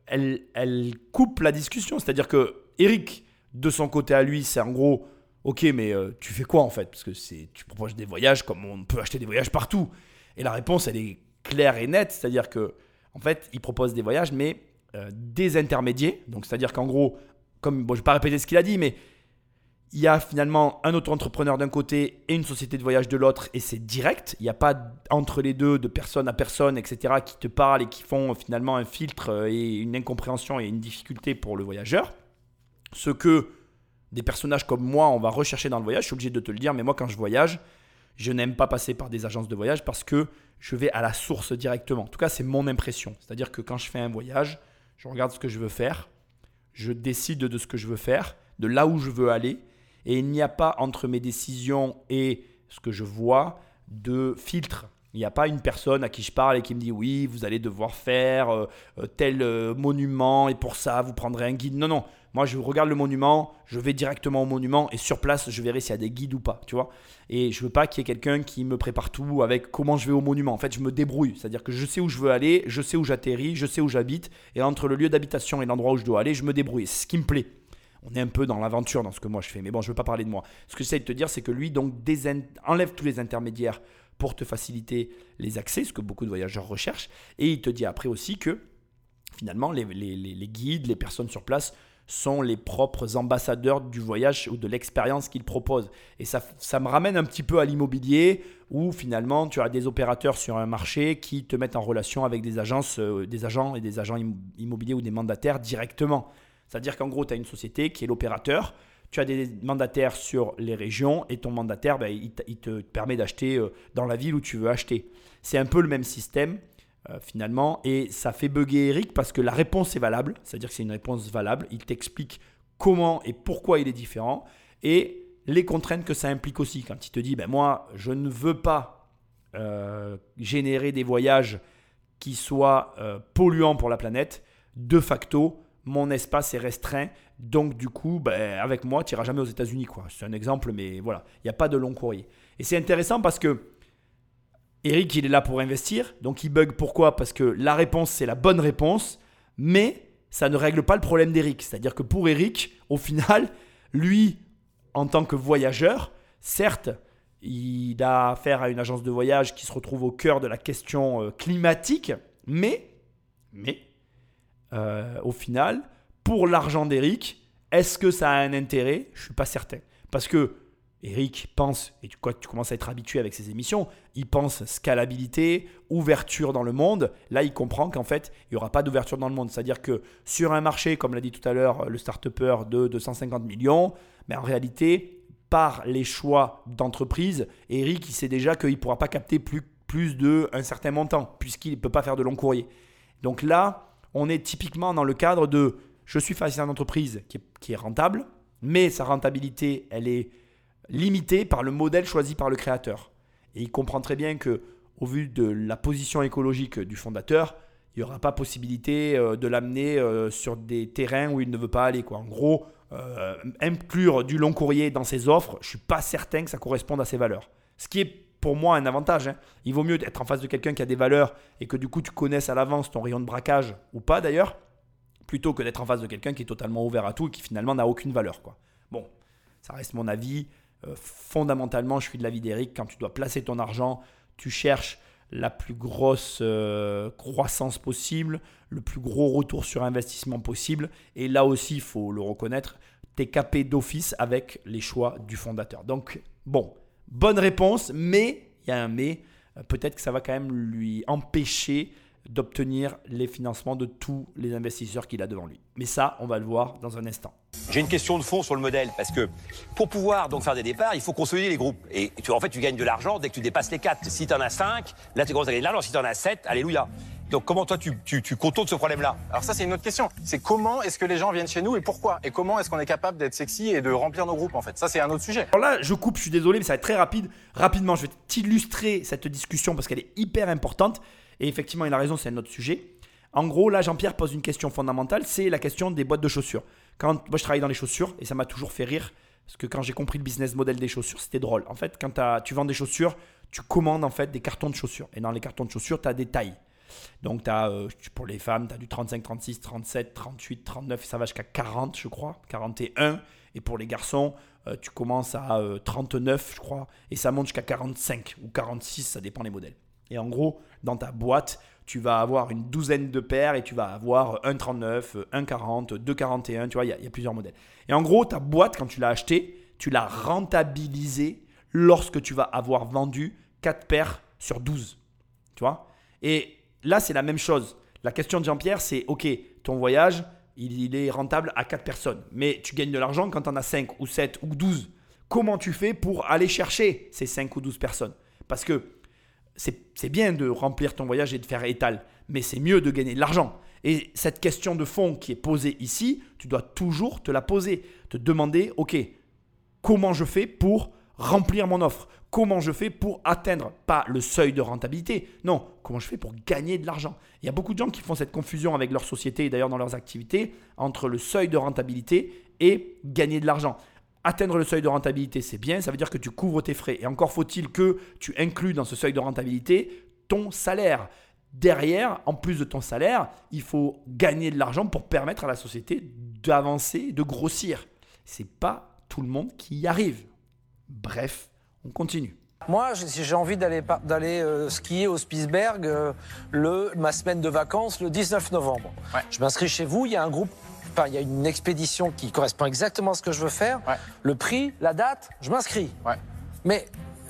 qu'elle coupe la discussion. C'est-à-dire que Eric, de son côté à lui, c'est en gros, ok, mais tu fais quoi en fait? Parce que tu proposes des voyages comme on peut acheter des voyages partout. Et la réponse, elle est claire et nette. C'est-à-dire que, en fait, il propose des voyages, mais des intermédiaires. Donc, c'est-à-dire qu'en gros, je ne vais pas répéter ce qu'il a dit, mais il y a finalement un auto-entrepreneur d'un côté et une société de voyage de l'autre et c'est direct. Il n'y a pas entre les deux de personne à personne, etc. qui te parlent et qui font finalement un filtre et une incompréhension et une difficulté pour le voyageur. Ce que des personnages comme moi, on va rechercher dans le voyage, je suis obligé de te le dire, mais moi quand je voyage, je n'aime pas passer par des agences de voyage parce que je vais à la source directement. En tout cas, c'est mon impression. C'est-à-dire que quand je fais un voyage, je regarde ce que je veux faire, je décide de ce que je veux faire, de là où je veux aller. Et il n'y a pas entre mes décisions et ce que je vois de filtre. Il n'y a pas une personne à qui je parle et qui me dit « oui, vous allez devoir faire tel monument et pour ça, vous prendrez un guide ». Non, non. Moi, je regarde le monument, je vais directement au monument et sur place, je verrai s'il y a des guides ou pas, tu vois. Et je ne veux pas qu'il y ait quelqu'un qui me prépare tout avec comment je vais au monument. En fait, je me débrouille. C'est-à-dire que je sais où je veux aller, je sais où j'atterris, je sais où j'habite. Et entre le lieu d'habitation et l'endroit où je dois aller, je me débrouille. C'est ce qui me plaît. On est un peu dans l'aventure dans ce que moi je fais. Mais bon, je ne veux pas parler de moi. Ce que j'essaie de te dire, c'est que lui, donc, enlève tous les intermédiaires pour te faciliter les accès, ce que beaucoup de voyageurs recherchent. Et il te dit après aussi que finalement, les guides, les personnes sur place sont les propres ambassadeurs du voyage ou de l'expérience qu'ils proposent. Et ça me ramène un petit peu à l'immobilier où finalement tu as des opérateurs sur un marché qui te mettent en relation avec des agences, des agents et des agents immobiliers ou des mandataires directement. C'est-à-dire qu'en gros, tu as une société qui est l'opérateur, tu as des mandataires sur les régions et ton mandataire, il te permet d'acheter dans la ville où tu veux acheter. C'est un peu le même système. Finalement, et ça fait bugger Eric parce que la réponse est valable, c'est-à-dire que c'est une réponse valable, il t'explique comment et pourquoi il est différent et les contraintes que ça implique aussi. Quand il te dit, moi, je ne veux pas générer des voyages qui soient polluants pour la planète, de facto, mon espace est restreint, donc du coup, avec moi, tu n'iras jamais aux États-Unis, quoi. C'est un exemple, mais voilà, il n'y a pas de long courrier. Et c'est intéressant parce que Eric, il est là pour investir, donc il bug. Pourquoi? Parce que la réponse, c'est la bonne réponse, mais ça ne règle pas le problème d'Eric. C'est-à-dire que pour Eric, au final, lui, en tant que voyageur, certes, il a affaire à une agence de voyage qui se retrouve au cœur de la question climatique, mais au final, pour l'argent d'Eric, est-ce que ça a un intérêt? Je ne suis pas certain. Parce que Eric pense, et tu commences à être habitué avec ses émissions, il pense scalabilité, ouverture dans le monde. Là, il comprend qu'en fait, il n'y aura pas d'ouverture dans le monde. C'est-à-dire que sur un marché, comme l'a dit tout à l'heure le start-upper de 250 millions, mais en réalité, par les choix d'entreprise, Eric, il sait déjà qu'il ne pourra pas capter plus d'un certain montant, puisqu'il ne peut pas faire de long courrier. Donc là, on est typiquement dans le cadre de « je suis face à une entreprise qui est rentable, mais sa rentabilité, elle est limité par le modèle choisi par le créateur. » Et il comprend très bien qu'au vu de la position écologique du fondateur, il n'y aura pas possibilité de l'amener sur des terrains où il ne veut pas aller, quoi. En gros, inclure du long courrier dans ses offres, je ne suis pas certain que ça corresponde à ses valeurs. Ce qui est pour moi un avantage. Il vaut mieux être en face de quelqu'un qui a des valeurs et que du coup tu connaisses à l'avance ton rayon de braquage ou pas d'ailleurs, plutôt que d'être en face de quelqu'un qui est totalement ouvert à tout et qui finalement n'a aucune valeur, quoi. Bon, ça reste mon avis. Fondamentalement, je suis de l'avis d'Eric. Quand tu dois placer ton argent, tu cherches la plus grosse croissance possible, le plus gros retour sur investissement possible. Et là aussi, il faut le reconnaître, tu es capé d'office avec les choix du fondateur. Donc, bon, bonne réponse, mais il y a un mais. Peut-être que ça va quand même lui empêcher d'obtenir les financements de tous les investisseurs qu'il a devant lui. Mais ça, on va le voir dans un instant. J'ai une question de fond sur le modèle, parce que pour pouvoir donc faire des départs, il faut consolider les groupes. Et en fait, tu gagnes de l'argent dès que tu dépasses les 4. Si tu en as 5, là, tu commences à gagner de l'argent. Si tu en as 7, alléluia. Donc comment toi, tu contournes ce problème-là? Alors ça, c'est une autre question. C'est comment est-ce que les gens viennent chez nous et pourquoi? Et comment est-ce qu'on est capable d'être sexy et de remplir nos groupes, en fait? Ça, c'est un autre sujet. Alors là, je coupe, je suis désolé, mais ça va être très rapide. Rapidement, je vais t'illustrer cette discussion parce qu'elle est hyper importante. Et effectivement, il a raison, c'est un autre sujet. En gros, là, Jean-Pierre pose une question fondamentale, c'est la question des boîtes de chaussures. Moi, je travaille dans les chaussures et ça m'a toujours fait rire parce que quand j'ai compris le business model des chaussures, c'était drôle. En fait, quand tu vends des chaussures, tu commandes en fait des cartons de chaussures. Et dans les cartons de chaussures, tu as des tailles. Donc, pour les femmes, tu as du 35, 36, 37, 38, 39 et ça va jusqu'à 40, je crois, 41. Et pour les garçons, tu commences à 39, je crois, et ça monte jusqu'à 45 ou 46, ça dépend des modèles. Et en gros, dans ta boîte, tu vas avoir une douzaine de paires et tu vas avoir 1,39, 1,40, 2,41, tu vois, il y a plusieurs modèles. Et en gros, ta boîte, quand tu l'as achetée, tu l'as rentabilisée lorsque tu vas avoir vendu 4 paires sur 12. Tu vois? Et là, c'est la même chose. La question de Jean-Pierre, c'est OK, ton voyage, il est rentable à 4 personnes. Mais tu gagnes de l'argent quand tu en as 5 ou 7 ou 12. Comment tu fais pour aller chercher ces 5 ou 12 personnes? Parce que c'est bien de remplir ton voyage et de faire étal, mais c'est mieux de gagner de l'argent. Et cette question de fond qui est posée ici, tu dois toujours te la poser, te demander, OK, comment je fais pour remplir mon offre? Comment je fais pour atteindre, pas le seuil de rentabilité, non, comment je fais pour gagner de l'argent? Il y a beaucoup de gens qui font cette confusion avec leur société et d'ailleurs dans leurs activités entre le seuil de rentabilité et gagner de l'argent. Atteindre le seuil de rentabilité, c'est bien, ça veut dire que tu couvres tes frais. Et encore faut-il que tu inclues dans ce seuil de rentabilité ton salaire. Derrière, en plus de ton salaire, il faut gagner de l'argent pour permettre à la société d'avancer, de grossir. Ce n'est pas tout le monde qui y arrive. Bref, on continue. Moi, si j'ai envie d'aller skier au Spitzberg ma semaine de vacances le 19 novembre. Ouais. Je m'inscris chez vous, il y a un groupe. Enfin, il y a une expédition qui correspond exactement à ce que je veux faire. Ouais. Le prix, la date, je m'inscris. Ouais. Mais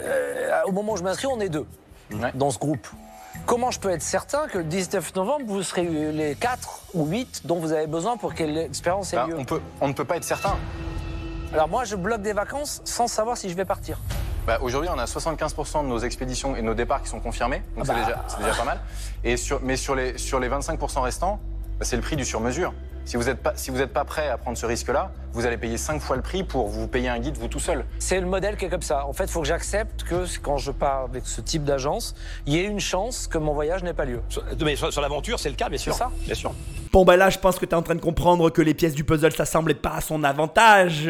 au moment où je m'inscris, on est 2 dans ce groupe. Comment je peux être certain que le 19 novembre, vous serez les 4 ou 8 dont vous avez besoin pour que l'expérience ait lieu? On ne peut pas être certain. Alors moi, je bloque des vacances sans savoir si je vais partir. Aujourd'hui, on a 75% de nos expéditions et nos départs qui sont confirmés. Donc c'est déjà pas mal. Mais sur les 25% restants, c'est le prix du sur-mesure. Si vous n'êtes pas prêt à prendre ce risque-là, vous allez payer 5 fois le prix pour vous payer un guide vous tout seul. C'est le modèle qui est comme ça. En fait, il faut que j'accepte que quand je pars avec ce type d'agence, il y ait une chance que mon voyage n'ait pas lieu. Mais sur l'aventure, c'est le cas, bien sûr. C'est ça, bien sûr. Bon, là, je pense que tu es en train de comprendre que les pièces du puzzle s'assemblaient pas à son avantage.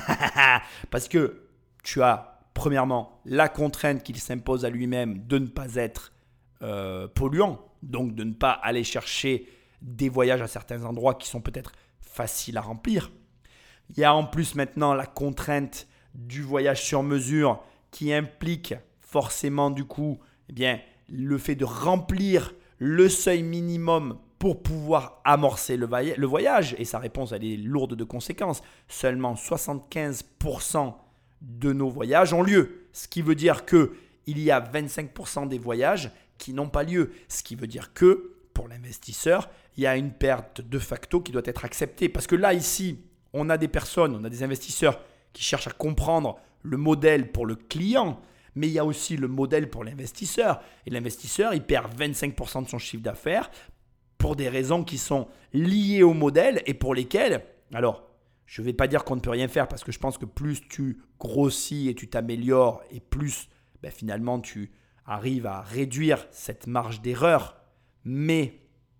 Parce que tu as, premièrement, la contrainte qu'il s'impose à lui-même de ne pas être polluant. Donc, de ne pas aller chercher des voyages à certains endroits qui sont peut-être faciles à remplir. Il y a en plus maintenant la contrainte du voyage sur mesure qui implique forcément du coup le fait de remplir le seuil minimum pour pouvoir amorcer le voyage. Et sa réponse, elle est lourde de conséquences. Seulement 75% de nos voyages ont lieu. Ce qui veut dire qu'il y a 25% des voyages qui n'ont pas lieu. Ce qui veut dire que pour l'investisseur, il y a une perte de facto qui doit être acceptée. Parce que là, ici, on a des investisseurs qui cherchent à comprendre le modèle pour le client, mais il y a aussi le modèle pour l'investisseur. Et l'investisseur, il perd 25% de son chiffre d'affaires pour des raisons qui sont liées au modèle et pour lesquelles, alors, je ne vais pas dire qu'on ne peut rien faire parce que je pense que plus tu grossis et tu t'améliores et plus finalement tu arrives à réduire cette marge d'erreur. Mais,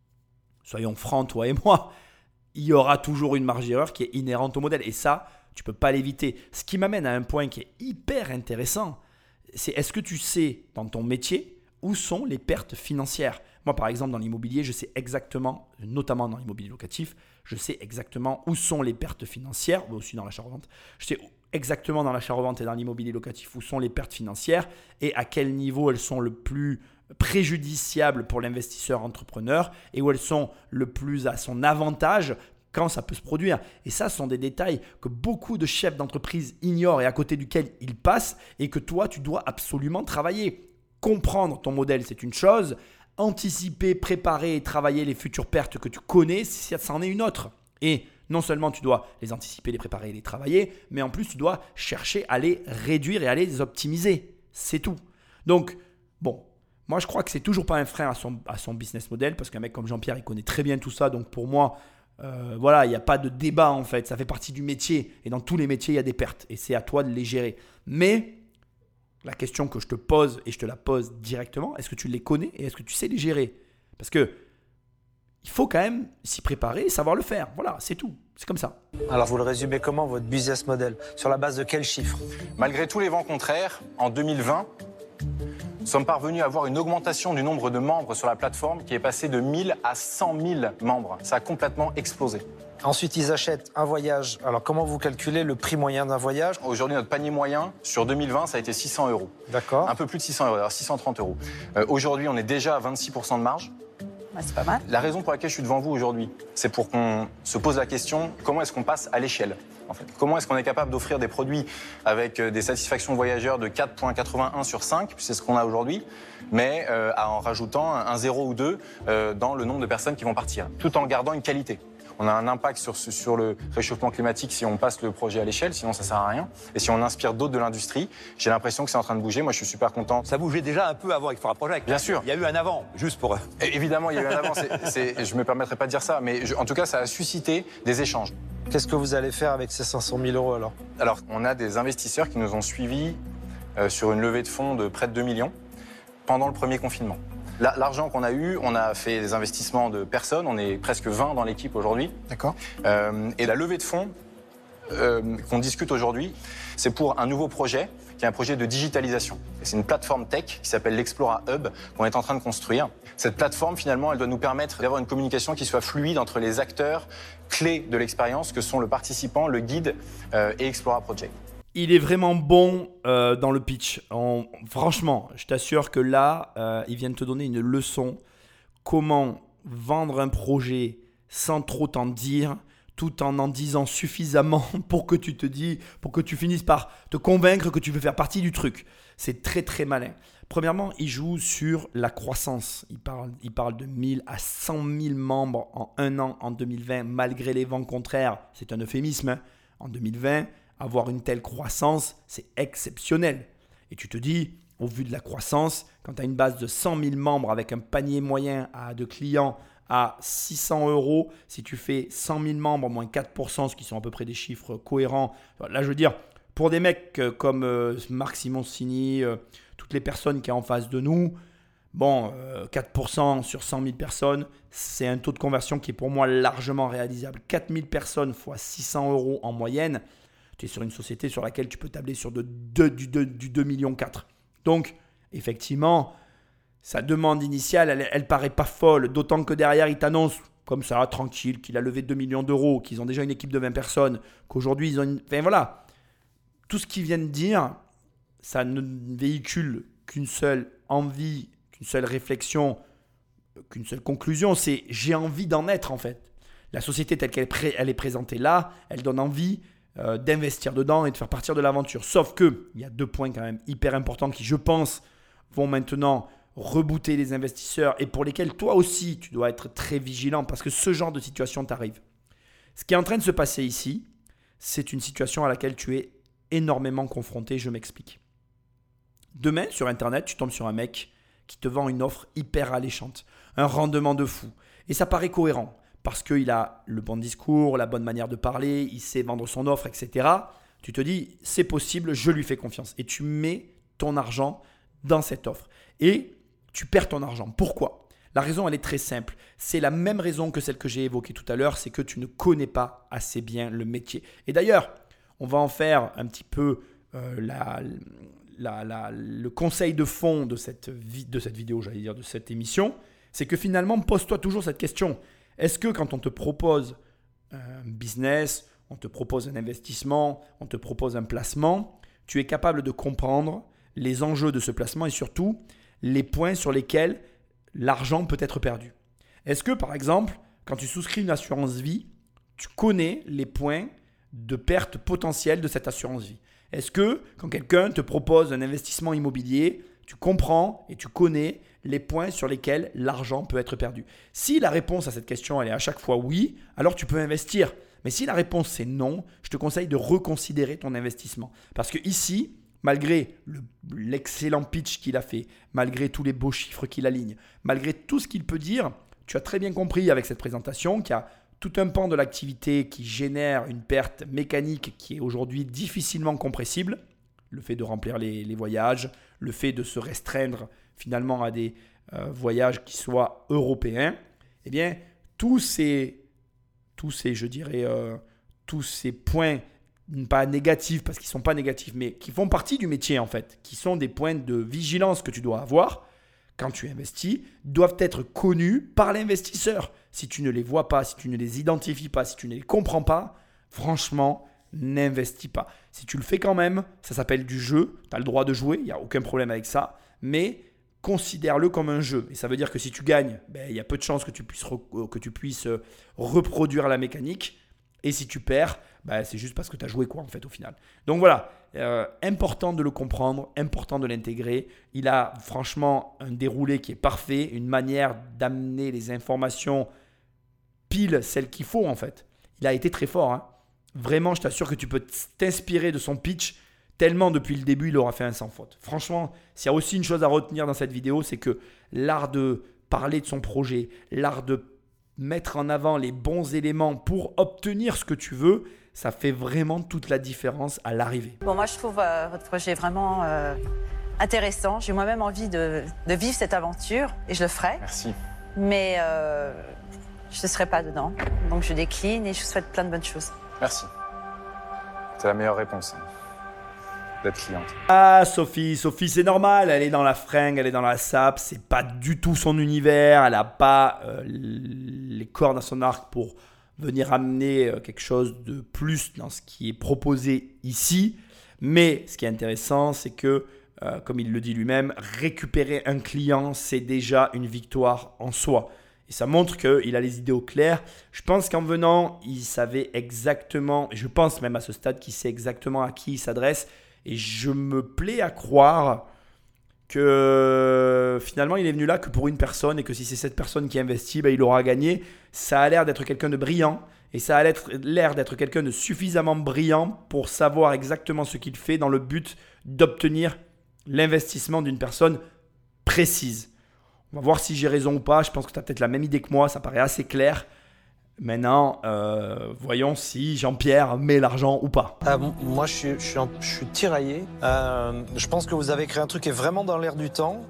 soyons francs, toi et moi, il y aura toujours une marge d'erreur qui est inhérente au modèle. Et ça, tu ne peux pas l'éviter. Ce qui m'amène à un point qui est hyper intéressant, c'est est-ce que tu sais dans ton métier où sont les pertes financières ? Moi, par exemple, dans l'immobilier, je sais exactement, notamment dans l'immobilier locatif, je sais exactement où sont les pertes financières, mais aussi dans l'achat-revente. Je sais exactement dans l'achat-revente et dans l'immobilier locatif où sont les pertes financières et à quel niveau elles sont le plus préjudiciables pour l'investisseur entrepreneur et où elles sont le plus à son avantage quand ça peut se produire. Et ça, ce sont des détails que beaucoup de chefs d'entreprise ignorent et à côté duquel ils passent et que toi, tu dois absolument travailler. Comprendre ton modèle, c'est une chose. Anticiper, préparer et travailler les futures pertes que tu connais, c'en est une autre. Et non seulement tu dois les anticiper, les préparer et les travailler, mais en plus tu dois chercher à les réduire et à les optimiser. C'est tout. Donc, bon, moi je crois que c'est toujours pas un frein à son business model parce qu'un mec comme Jean-Pierre, il connaît très bien tout ça. Donc pour moi, voilà, il n'y a pas de débat en fait. Ça fait partie du métier et dans tous les métiers, il y a des pertes et c'est à toi de les gérer. Mais la question que je te pose et je te la pose directement, est-ce que tu les connais et est-ce que tu sais les gérer ? Parce que il faut quand même s'y préparer et savoir le faire. Voilà, c'est tout. C'est comme ça. Alors vous le résumez comment votre business model ? Sur la base de quels chiffres ? Malgré tous les vents contraires, en 2020, nous sommes parvenus à avoir une augmentation du nombre de membres sur la plateforme qui est passé de 1000 à 100 000 membres. Ça a complètement explosé. Ensuite, ils achètent un voyage. Alors, comment vous calculez le prix moyen d'un voyage ? Aujourd'hui, notre panier moyen, sur 2020, ça a été 600 €. D'accord. Un peu plus de 600 €, alors 630 €. Aujourd'hui, on est déjà à 26% de marge. C'est pas mal. La raison pour laquelle je suis devant vous aujourd'hui, c'est pour qu'on se pose la question, comment est-ce qu'on passe à l'échelle en fait ? Comment est-ce qu'on est capable d'offrir des produits avec des satisfactions voyageurs de 4,81 sur 5, c'est ce qu'on a aujourd'hui, mais en rajoutant un 0 ou 2 dans le nombre de personnes qui vont partir, tout en gardant une qualité. On a un impact sur le réchauffement climatique si on passe le projet à l'échelle, sinon ça sert à rien. Et si on inspire d'autres de l'industrie, j'ai l'impression que c'est en train de bouger. Moi, je suis super content. Ça bougeait déjà un peu avant avec Fora Project. Bien sûr. Il y a eu un avant, juste pour... Et évidemment, il y a eu un avant. Je ne me permettrai pas de dire ça, mais en tout cas, ça a suscité des échanges. Qu'est-ce que vous allez faire avec ces 500 000 € alors ? Alors, on a des investisseurs qui nous ont suivis sur une levée de fonds de près de 2 millions pendant le premier confinement. L'argent qu'on a eu, on a fait des investissements de personnes, on est presque 20 dans l'équipe aujourd'hui. D'accord. Et la levée de fonds qu'on discute aujourd'hui, c'est pour un nouveau projet, qui est un projet de digitalisation. Et c'est une plateforme tech qui s'appelle l'Explora Hub qu'on est en train de construire. Cette plateforme, finalement, elle doit nous permettre d'avoir une communication qui soit fluide entre les acteurs clés de l'expérience que sont le participant, le guide et Explora Project. Il est vraiment bon dans le pitch. Franchement, je t'assure que là, il vient de te donner une leçon. Comment vendre un projet sans trop t'en dire, tout en disant suffisamment pour que tu finisses par te convaincre que tu veux faire partie du truc. C'est très très malin. Premièrement, il joue sur la croissance. Il parle de 1000 à 100 000 membres en un an en 2020, malgré les vents contraires. C'est un euphémisme. Hein. En 2020, avoir une telle croissance, c'est exceptionnel. Et tu te dis, au vu de la croissance, quand tu as une base de 100 000 membres avec un panier moyen de clients à 600 €, si tu fais 100 000 membres moins 4%, ce qui sont à peu près des chiffres cohérents. Là, je veux dire, pour des mecs comme Marc Simoncini, toutes les personnes qui sont en face de nous, bon, 4% sur 100 000 personnes, c'est un taux de conversion qui est pour moi largement réalisable. 4 000 personnes fois 600 € en moyenne, tu es sur une société sur laquelle tu peux tabler sur du 2,4 millions. Donc, effectivement, sa demande initiale, elle paraît pas folle, d'autant que derrière, il t'annonce comme ça, tranquille, qu'il a levé 2 millions d'euros, qu'ils ont déjà une équipe de 20 personnes, qu'aujourd'hui, ils ont une... Enfin, voilà. Tout ce qu'ils viennent de dire, ça ne véhicule qu'une seule envie, qu'une seule réflexion, qu'une seule conclusion, c'est j'ai envie d'en être en fait. La société telle qu'elle est présentée là, elle donne envie d'investir dedans et de faire partir de l'aventure. Sauf que il y a 2 points quand même hyper importants qui, je pense, vont maintenant rebooter les investisseurs et pour lesquels toi aussi tu dois être très vigilant parce que ce genre de situation t'arrive. Ce qui est en train de se passer ici, c'est une situation à laquelle tu es énormément confronté. Je m'explique. Demain, sur Internet, tu tombes sur un mec qui te vend une offre hyper alléchante, un rendement de fou. Et ça paraît cohérent parce qu'il a le bon discours, la bonne manière de parler, il sait vendre son offre, etc. Tu te dis, c'est possible, je lui fais confiance. Et tu mets ton argent dans cette offre. Et tu perds ton argent. Pourquoi ? La raison, elle est très simple. C'est la même raison que celle que j'ai évoquée tout à l'heure, c'est que tu ne connais pas assez bien le métier. Et d'ailleurs, on va en faire un petit peu le conseil de fond de cette vidéo, j'allais dire, de cette émission. C'est que finalement, pose-toi toujours cette question. Est-ce que quand on te propose un business, on te propose un investissement, on te propose un placement, tu es capable de comprendre les enjeux de ce placement et surtout les points sur lesquels l'argent peut être perdu. Est-ce que par exemple, quand tu souscris une assurance vie, tu connais les points de perte potentielle de cette assurance vie ? Est-ce que quand quelqu'un te propose un investissement immobilier, tu comprends et tu connais les points sur lesquels l'argent peut être perdu ? Si la réponse à cette question elle est à chaque fois oui, alors tu peux investir. Mais si la réponse c'est non, je te conseille de reconsidérer ton investissement. Parce que ici, malgré l'excellent pitch qu'il a fait, malgré tous les beaux chiffres qu'il aligne, malgré tout ce qu'il peut dire, tu as très bien compris avec cette présentation qu'il y a tout un pan de l'activité qui génère une perte mécanique qui est aujourd'hui difficilement compressible. Le fait de remplir les voyages, le fait de se restreindre finalement à des voyages qui soient européens. Eh bien, tous ces points, pas négatifs parce qu'ils ne sont pas négatifs, mais qui font partie du métier en fait, qui sont des points de vigilance que tu dois avoir quand tu investis, doivent être connus par l'investisseur. Si tu ne les vois pas, si tu ne les identifies pas, si tu ne les comprends pas, franchement, n'investis pas. Si tu le fais quand même, ça s'appelle du jeu, tu as le droit de jouer, il n'y a aucun problème avec ça, mais considère-le comme un jeu. Et ça veut dire que si tu gagnes, il y a peu de chances que tu puisses reproduire la mécanique. Et si tu perds, c'est juste parce que tu as joué quoi en fait au final. Donc voilà, important de le comprendre, important de l'intégrer. Il a franchement un déroulé qui est parfait, une manière d'amener les informations pile celles qu'il faut en fait. Il a été très fort. Hein. Vraiment, je t'assure que tu peux t'inspirer de son pitch tellement depuis le début, il aura fait un sans faute. Franchement, s'il y a aussi une chose à retenir dans cette vidéo, c'est que l'art de parler de son projet, l'art de mettre en avant les bons éléments pour obtenir ce que tu veux, ça fait vraiment toute la différence à l'arrivée. Bon, moi, je trouve votre projet vraiment intéressant. J'ai moi-même envie de vivre cette aventure et je le ferai. Merci. Mais je ne serai pas dedans. Donc, je décline et je vous souhaite plein de bonnes choses. Merci. C'est la meilleure réponse. D'être cliente. Ah, Sophie, c'est normal, elle est dans la fringue, elle est dans la sape, c'est pas du tout son univers, elle n'a pas les cordes à son arc pour venir amener quelque chose de plus dans ce qui est proposé ici. Mais ce qui est intéressant, c'est que, comme il le dit lui-même, récupérer un client, c'est déjà une victoire en soi. Et ça montre qu'il a les idées au clair. Je pense qu'en venant, il savait exactement, je pense même à ce stade qu'il sait exactement à qui il s'adresse. Et je me plais à croire que finalement, il est venu là que pour une personne et que si c'est cette personne qui investit, il aura gagné. Ça a l'air d'être quelqu'un de brillant et ça a l'air d'être quelqu'un de suffisamment brillant pour savoir exactement ce qu'il fait dans le but d'obtenir l'investissement d'une personne précise. On va voir si j'ai raison ou pas. Je pense que tu as peut-être la même idée que moi. Ça paraît assez clair. Maintenant, voyons si Jean-Pierre met l'argent ou pas. Moi, je suis tiraillé. Je pense que vous avez créé un truc qui est vraiment dans l'air du temps.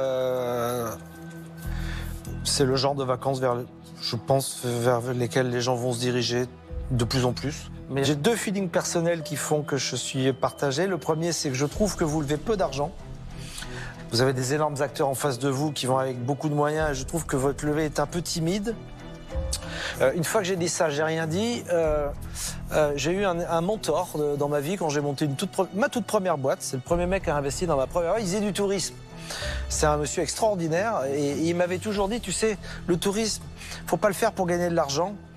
C'est le genre de vacances vers lesquelles les gens vont se diriger de plus en plus. Mais j'ai 2 feelings personnels qui font que je suis partagé. Le premier, c'est que je trouve que vous levez peu d'argent. Vous avez des énormes acteurs en face de vous qui vont avec beaucoup de moyens et je trouve que votre levée est un peu timide. Une fois que j'ai dit ça, j'ai rien dit. J'ai eu un mentor dans ma vie quand j'ai monté ma toute première boîte. C'est le premier mec à investir dans ma première boîte. Il faisait du tourisme. C'est un monsieur extraordinaire et il m'avait toujours dit, tu sais, le tourisme, faut pas le faire pour gagner de l'argent.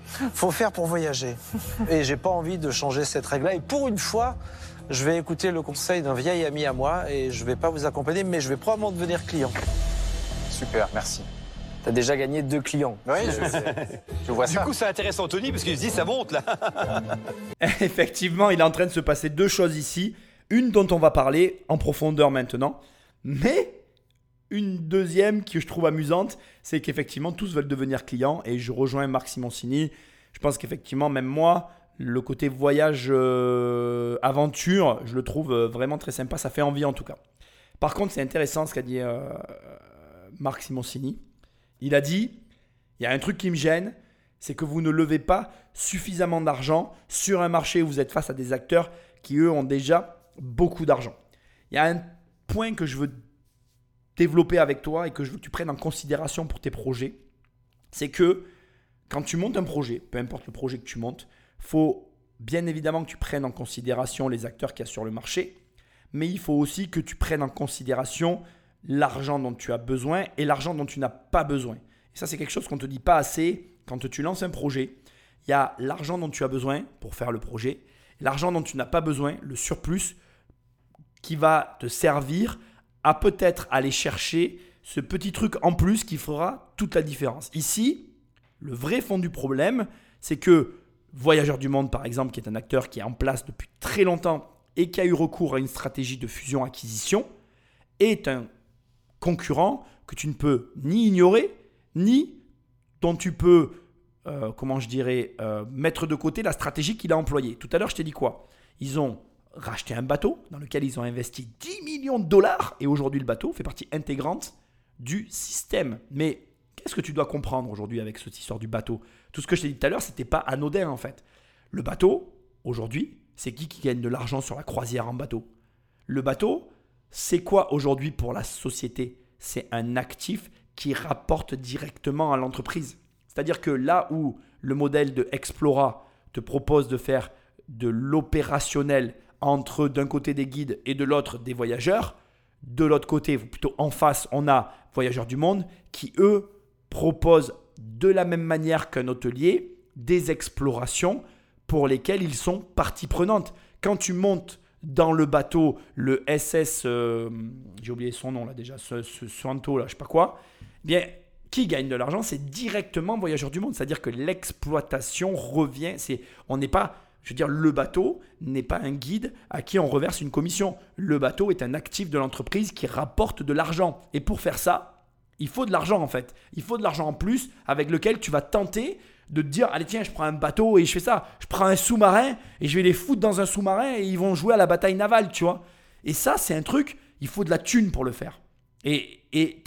Faut faire pour voyager. Et j'ai pas envie de changer cette règle-là. Et pour une fois, je vais écouter le conseil d'un vieil ami à moi et je vais pas vous accompagner, mais je vais probablement devenir client. Super, merci. T'as déjà gagné 2 clients. Oui, je vois Du ça. coup, ça intéresse Anthony parce qu'il se dit ça monte là. Effectivement, il est en train de se passer 2 choses ici. Une dont on va parler en profondeur maintenant, mais une deuxième que je trouve amusante, c'est qu'effectivement tous veulent devenir clients et je rejoins Marc Simoncini. Je pense qu'effectivement même moi, le côté voyage aventure, je le trouve vraiment très sympa, ça fait envie en tout cas. Par contre, c'est intéressant ce qu'a dit Marc Simoncini. Il a dit, il y a un truc qui me gêne, c'est que vous ne levez pas suffisamment d'argent sur un marché où vous êtes face à des acteurs qui eux ont déjà beaucoup d'argent. Il y a un point que je veux développer avec toi et que je veux que tu prennes en considération pour tes projets, c'est que quand tu montes un projet, peu importe le projet que tu montes, il faut bien évidemment que tu prennes en considération les acteurs qu'il y a sur le marché, mais il faut aussi que tu prennes en considération l'argent dont tu as besoin et l'argent dont tu n'as pas besoin. Et ça, c'est quelque chose qu'on ne te dit pas assez quand tu lances un projet. Il y a l'argent dont tu as besoin pour faire le projet, l'argent dont tu n'as pas besoin, le surplus, qui va te servir à peut-être aller chercher ce petit truc en plus qui fera toute la différence. Ici, le vrai fond du problème, c'est que Voyageurs du Monde, par exemple, qui est un acteur qui est en place depuis très longtemps et qui a eu recours à une stratégie de fusion-acquisition, est un concurrent que tu ne peux ni ignorer, ni dont tu peux, mettre de côté la stratégie qu'il a employée. Tout à l'heure, je t'ai dit quoi ? Ils ont racheté un bateau dans lequel ils ont investi 10 millions de dollars et aujourd'hui, le bateau fait partie intégrante du système. Mais qu'est-ce que tu dois comprendre aujourd'hui avec cette histoire du bateau ? Tout ce que je t'ai dit tout à l'heure, ce n'était pas anodin en fait. Le bateau, aujourd'hui, c'est qui gagne de l'argent sur la croisière en bateau ? Le bateau, c'est quoi aujourd'hui pour la société ? C'est un actif qui rapporte directement à l'entreprise. C'est-à-dire que là où le modèle de Explora te propose de faire de l'opérationnel entre d'un côté des guides et de l'autre des voyageurs, de l'autre côté, plutôt en face, on a Voyageurs du Monde qui, eux, proposent de la même manière qu'un hôtelier des explorations pour lesquelles ils sont partie prenante. Quand tu montes dans le bateau, le SS, j'ai oublié son nom là déjà, Suanto, là, je sais pas quoi, eh bien, qui gagne de l'argent, c'est directement Voyageurs du Monde. C'est-à-dire que l'exploitation revient, on n'est pas, je veux dire, le bateau n'est pas un guide à qui on reverse une commission. Le bateau est un actif de l'entreprise qui rapporte de l'argent. Et pour faire ça, il faut de l'argent en fait. Il faut de l'argent en plus avec lequel tu vas tenter de te dire, allez tiens, je prends un bateau et je fais ça. Je prends un sous-marin et je vais les foutre dans un sous-marin et ils vont jouer à la bataille navale, tu vois. Et ça, c'est un truc, il faut de la thune pour le faire. Et tu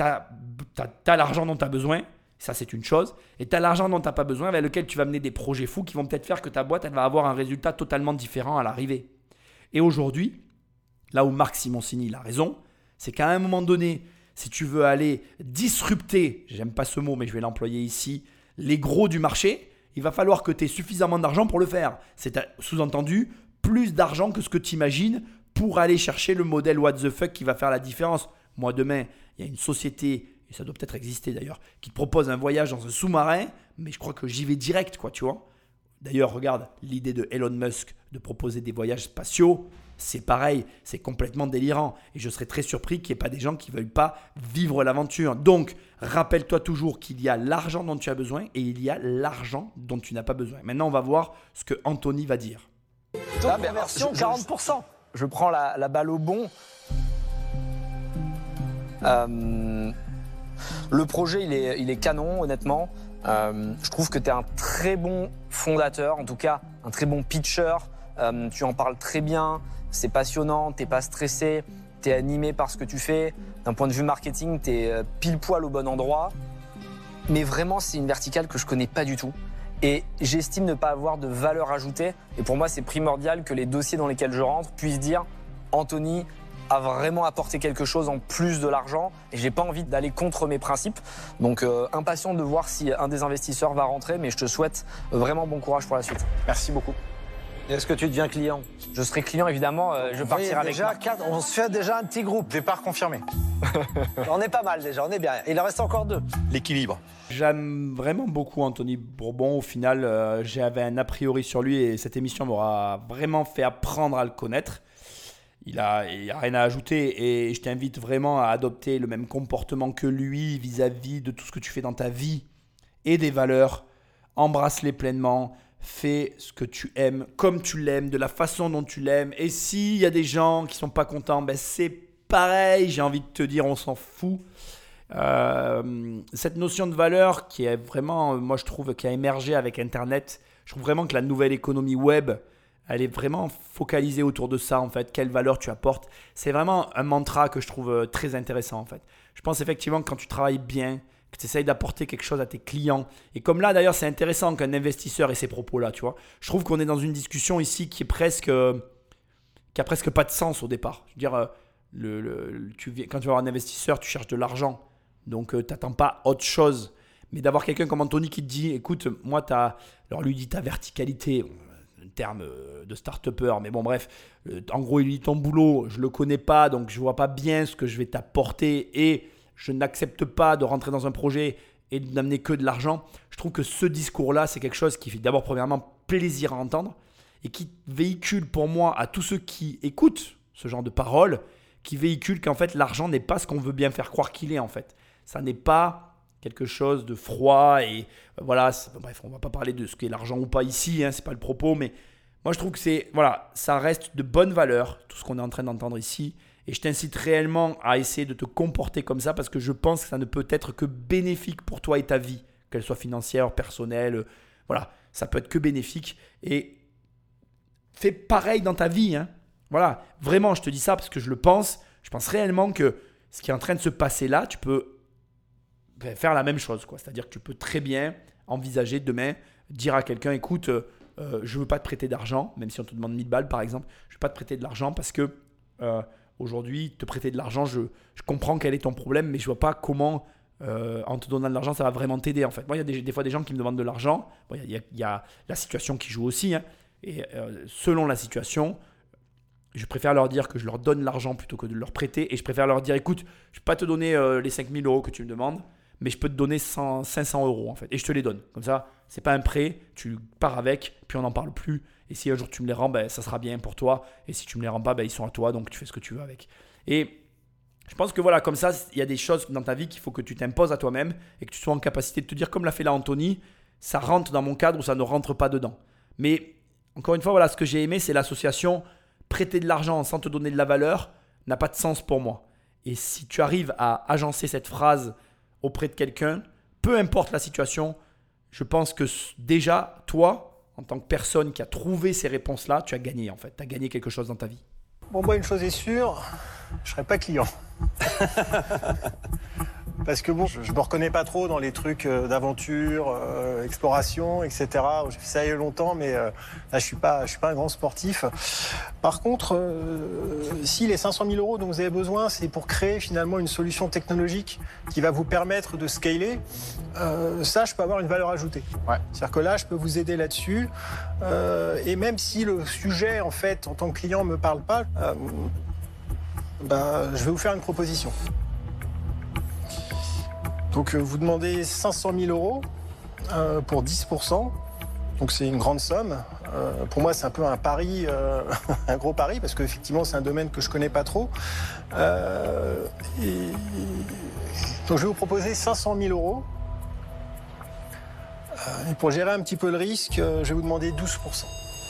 as l'argent dont tu as besoin, ça c'est une chose. Et tu as l'argent dont tu n'as pas besoin avec lequel tu vas mener des projets fous qui vont peut-être faire que ta boîte, elle va avoir un résultat totalement différent à l'arrivée. Et aujourd'hui, là où Marc Simoncini il a raison, c'est qu'à un moment donné, si tu veux aller disrupter, j'aime pas ce mot mais je vais l'employer ici, les gros du marché, il va falloir que tu aies suffisamment d'argent pour le faire. C'est sous-entendu plus d'argent que ce que tu imagines pour aller chercher le modèle what the fuck qui va faire la différence. Moi demain, il y a une société, et ça doit peut-être exister d'ailleurs, qui te propose un voyage dans un sous-marin, mais je crois que j'y vais direct, quoi, tu vois. D'ailleurs, regarde, l'idée de Elon Musk de proposer des voyages spatiaux, c'est pareil, c'est complètement délirant. Et je serais très surpris qu'il n'y ait pas des gens qui ne veulent pas vivre l'aventure. Donc, rappelle-toi toujours qu'il y a l'argent dont tu as besoin et il y a l'argent dont tu n'as pas besoin. Maintenant, on va voir ce que Anthony va dire. La conversion, 40%. Je prends la balle au bon. Le projet, il est canon, honnêtement. Je trouve que tu es un très bon fondateur, en tout cas un très bon pitcher. Tu en parles très bien, c'est passionnant, t'es pas stressé, t'es animé par ce que tu fais. D'un point de vue marketing, t'es pile poil au bon endroit. Mais vraiment, c'est une verticale que je connais pas du tout. Et j'estime ne pas avoir de valeur ajoutée. Et pour moi, c'est primordial que les dossiers dans lesquels je rentre puissent dire « Anthony a vraiment apporté quelque chose en plus de l'argent » et j'ai pas envie d'aller contre mes principes. Donc impatient de voir si un des investisseurs va rentrer, mais je te souhaite vraiment bon courage pour la suite. Merci beaucoup. Est-ce que tu deviens client? Je serai client, évidemment. Je partirai avec déjà Marc. 4, on se fait déjà un petit groupe. Départ confirmé. On est pas mal déjà, on est bien. Il en reste encore 2. L'équilibre. J'aime vraiment beaucoup Anthony Bourbon. Au final, j'avais un a priori sur lui et cette émission m'aura vraiment fait apprendre à le connaître. Il a rien à ajouter et je t'invite vraiment à adopter le même comportement que lui vis-à-vis de tout ce que tu fais dans ta vie et des valeurs. Embrasse-les pleinement. Fais ce que tu aimes, comme tu l'aimes, de la façon dont tu l'aimes. Et s'il y a des gens qui ne sont pas contents, ben c'est pareil, j'ai envie de te dire, on s'en fout. Cette notion de valeur qui est vraiment, moi je trouve, qui a émergé avec Internet, je trouve vraiment que la nouvelle économie web, elle est vraiment focalisée autour de ça en fait. Quelle valeur tu apportes. C'est vraiment un mantra que je trouve très intéressant en fait. Je pense effectivement que quand tu travailles bien, que tu essayes d'apporter quelque chose à tes clients. Et comme là, d'ailleurs, c'est intéressant qu'un investisseur ait ces propos-là, tu vois. Je trouve qu'on est dans une discussion ici qui a presque pas de sens au départ. Je veux dire, quand tu vas avoir un investisseur, tu cherches de l'argent. Donc, tu n'attends pas autre chose. Mais d'avoir quelqu'un comme Anthony qui te dit, écoute, moi, alors lui dit ta verticalité, un terme de start-upper, mais bon, bref. En gros, il lui dit ton boulot, je ne le connais pas, donc je ne vois pas bien ce que je vais t'apporter et je n'accepte pas de rentrer dans un projet et de n'amener que de l'argent. Je trouve que ce discours-là, c'est quelque chose qui fait d'abord, premièrement, plaisir à entendre et qui véhicule pour moi à tous ceux qui écoutent ce genre de paroles, qui véhicule qu'en fait, l'argent n'est pas ce qu'on veut bien faire croire qu'il est en fait. Ça n'est pas quelque chose de froid et voilà. Bref, on ne va pas parler de ce qu'est l'argent ou pas ici, ce n'est pas le propos, mais moi, je trouve que ça reste de bonne valeur, tout ce qu'on est en train d'entendre ici. Et je t'incite réellement à essayer de te comporter comme ça parce que je pense que ça ne peut être que bénéfique pour toi et ta vie, qu'elle soit financière, personnelle. Voilà, ça peut être que bénéfique. Et fais pareil dans ta vie. Voilà, vraiment, je te dis ça parce que je le pense. Je pense réellement que ce qui est en train de se passer là, tu peux faire la même chose, quoi. C'est-à-dire que tu peux très bien envisager demain, dire à quelqu'un, écoute, je ne veux pas te prêter d'argent, même si on te demande 1000 balles par exemple, je ne veux pas te prêter de l'argent parce que aujourd'hui, te prêter de l'argent, je comprends quel est ton problème, mais je ne vois pas comment, en te donnant de l'argent, ça va vraiment t'aider. En fait. Moi, il y a des fois des gens qui me demandent de l'argent. Bon, il y a la situation qui joue aussi. Et selon la situation, je préfère leur dire que je leur donne l'argent plutôt que de leur prêter. Et je préfère leur dire, écoute, je ne vais pas te donner les 5 000 euros que tu me demandes, mais je peux te donner 500 euros en fait. Et je te les donne. Comme ça, ce n'est pas un prêt, tu pars avec, puis on n'en parle plus. Et si un jour tu me les rends, ça sera bien pour toi. Et si tu me les rends pas, ils sont à toi, donc tu fais ce que tu veux avec. Et je pense que voilà, comme ça, il y a des choses dans ta vie qu'il faut que tu t'imposes à toi-même et que tu sois en capacité de te dire, comme l'a fait là Anthony, ça rentre dans mon cadre ou ça ne rentre pas dedans. Mais encore une fois, voilà, ce que j'ai aimé, c'est l'association prêter de l'argent sans te donner de la valeur n'a pas de sens pour moi. Et si tu arrives à agencer cette phrase auprès de quelqu'un, peu importe la situation, je pense que déjà, toi, en tant que personne qui a trouvé ces réponses-là, tu as gagné en fait. Tu as gagné quelque chose dans ta vie. Bon, moi, une chose est sûre, je ne serai pas client. Parce que bon, je ne me reconnais pas trop dans les trucs d'aventure, exploration, etc. J'ai fait ça il y a longtemps, mais là, je suis pas un grand sportif. Par contre, si les 500 000 euros dont vous avez besoin, c'est pour créer finalement une solution technologique qui va vous permettre de scaler, ça, je peux avoir une valeur ajoutée. Ouais. C'est-à-dire que là, je peux vous aider là-dessus. Et même si le sujet, en fait, en tant que client, ne me parle pas, je vais vous faire une proposition. Donc vous demandez 500 000 euros pour 10%, donc c'est une grande somme. Pour moi c'est un peu un pari, un gros pari, parce qu'effectivement c'est un domaine que je connais pas trop. Donc je vais vous proposer 500 000 euros. Et pour gérer un petit peu le risque, je vais vous demander 12%.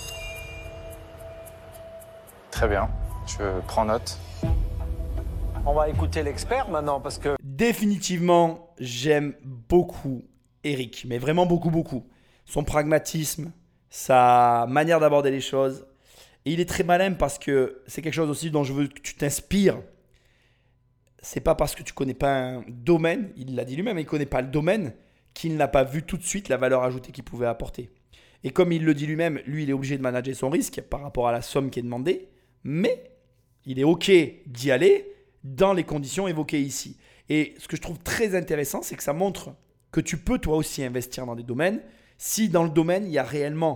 Très bien, je prends note. On va écouter l'expert maintenant parce que... Définitivement, j'aime beaucoup Eric, mais vraiment beaucoup, beaucoup. Son pragmatisme, sa manière d'aborder les choses. Et il est très malin parce que c'est quelque chose aussi dont je veux que tu t'inspires. C'est pas parce que tu connais pas un domaine, il l'a dit lui-même, il connaît pas le domaine, qu'il n'a pas vu tout de suite la valeur ajoutée qu'il pouvait apporter. Et comme il le dit lui-même, lui, il est obligé de manager son risque par rapport à la somme qui est demandée, mais il est OK d'y aller dans les conditions évoquées ici. Et ce que je trouve très intéressant, c'est que ça montre que tu peux toi aussi investir dans des domaines si dans le domaine, il y a réellement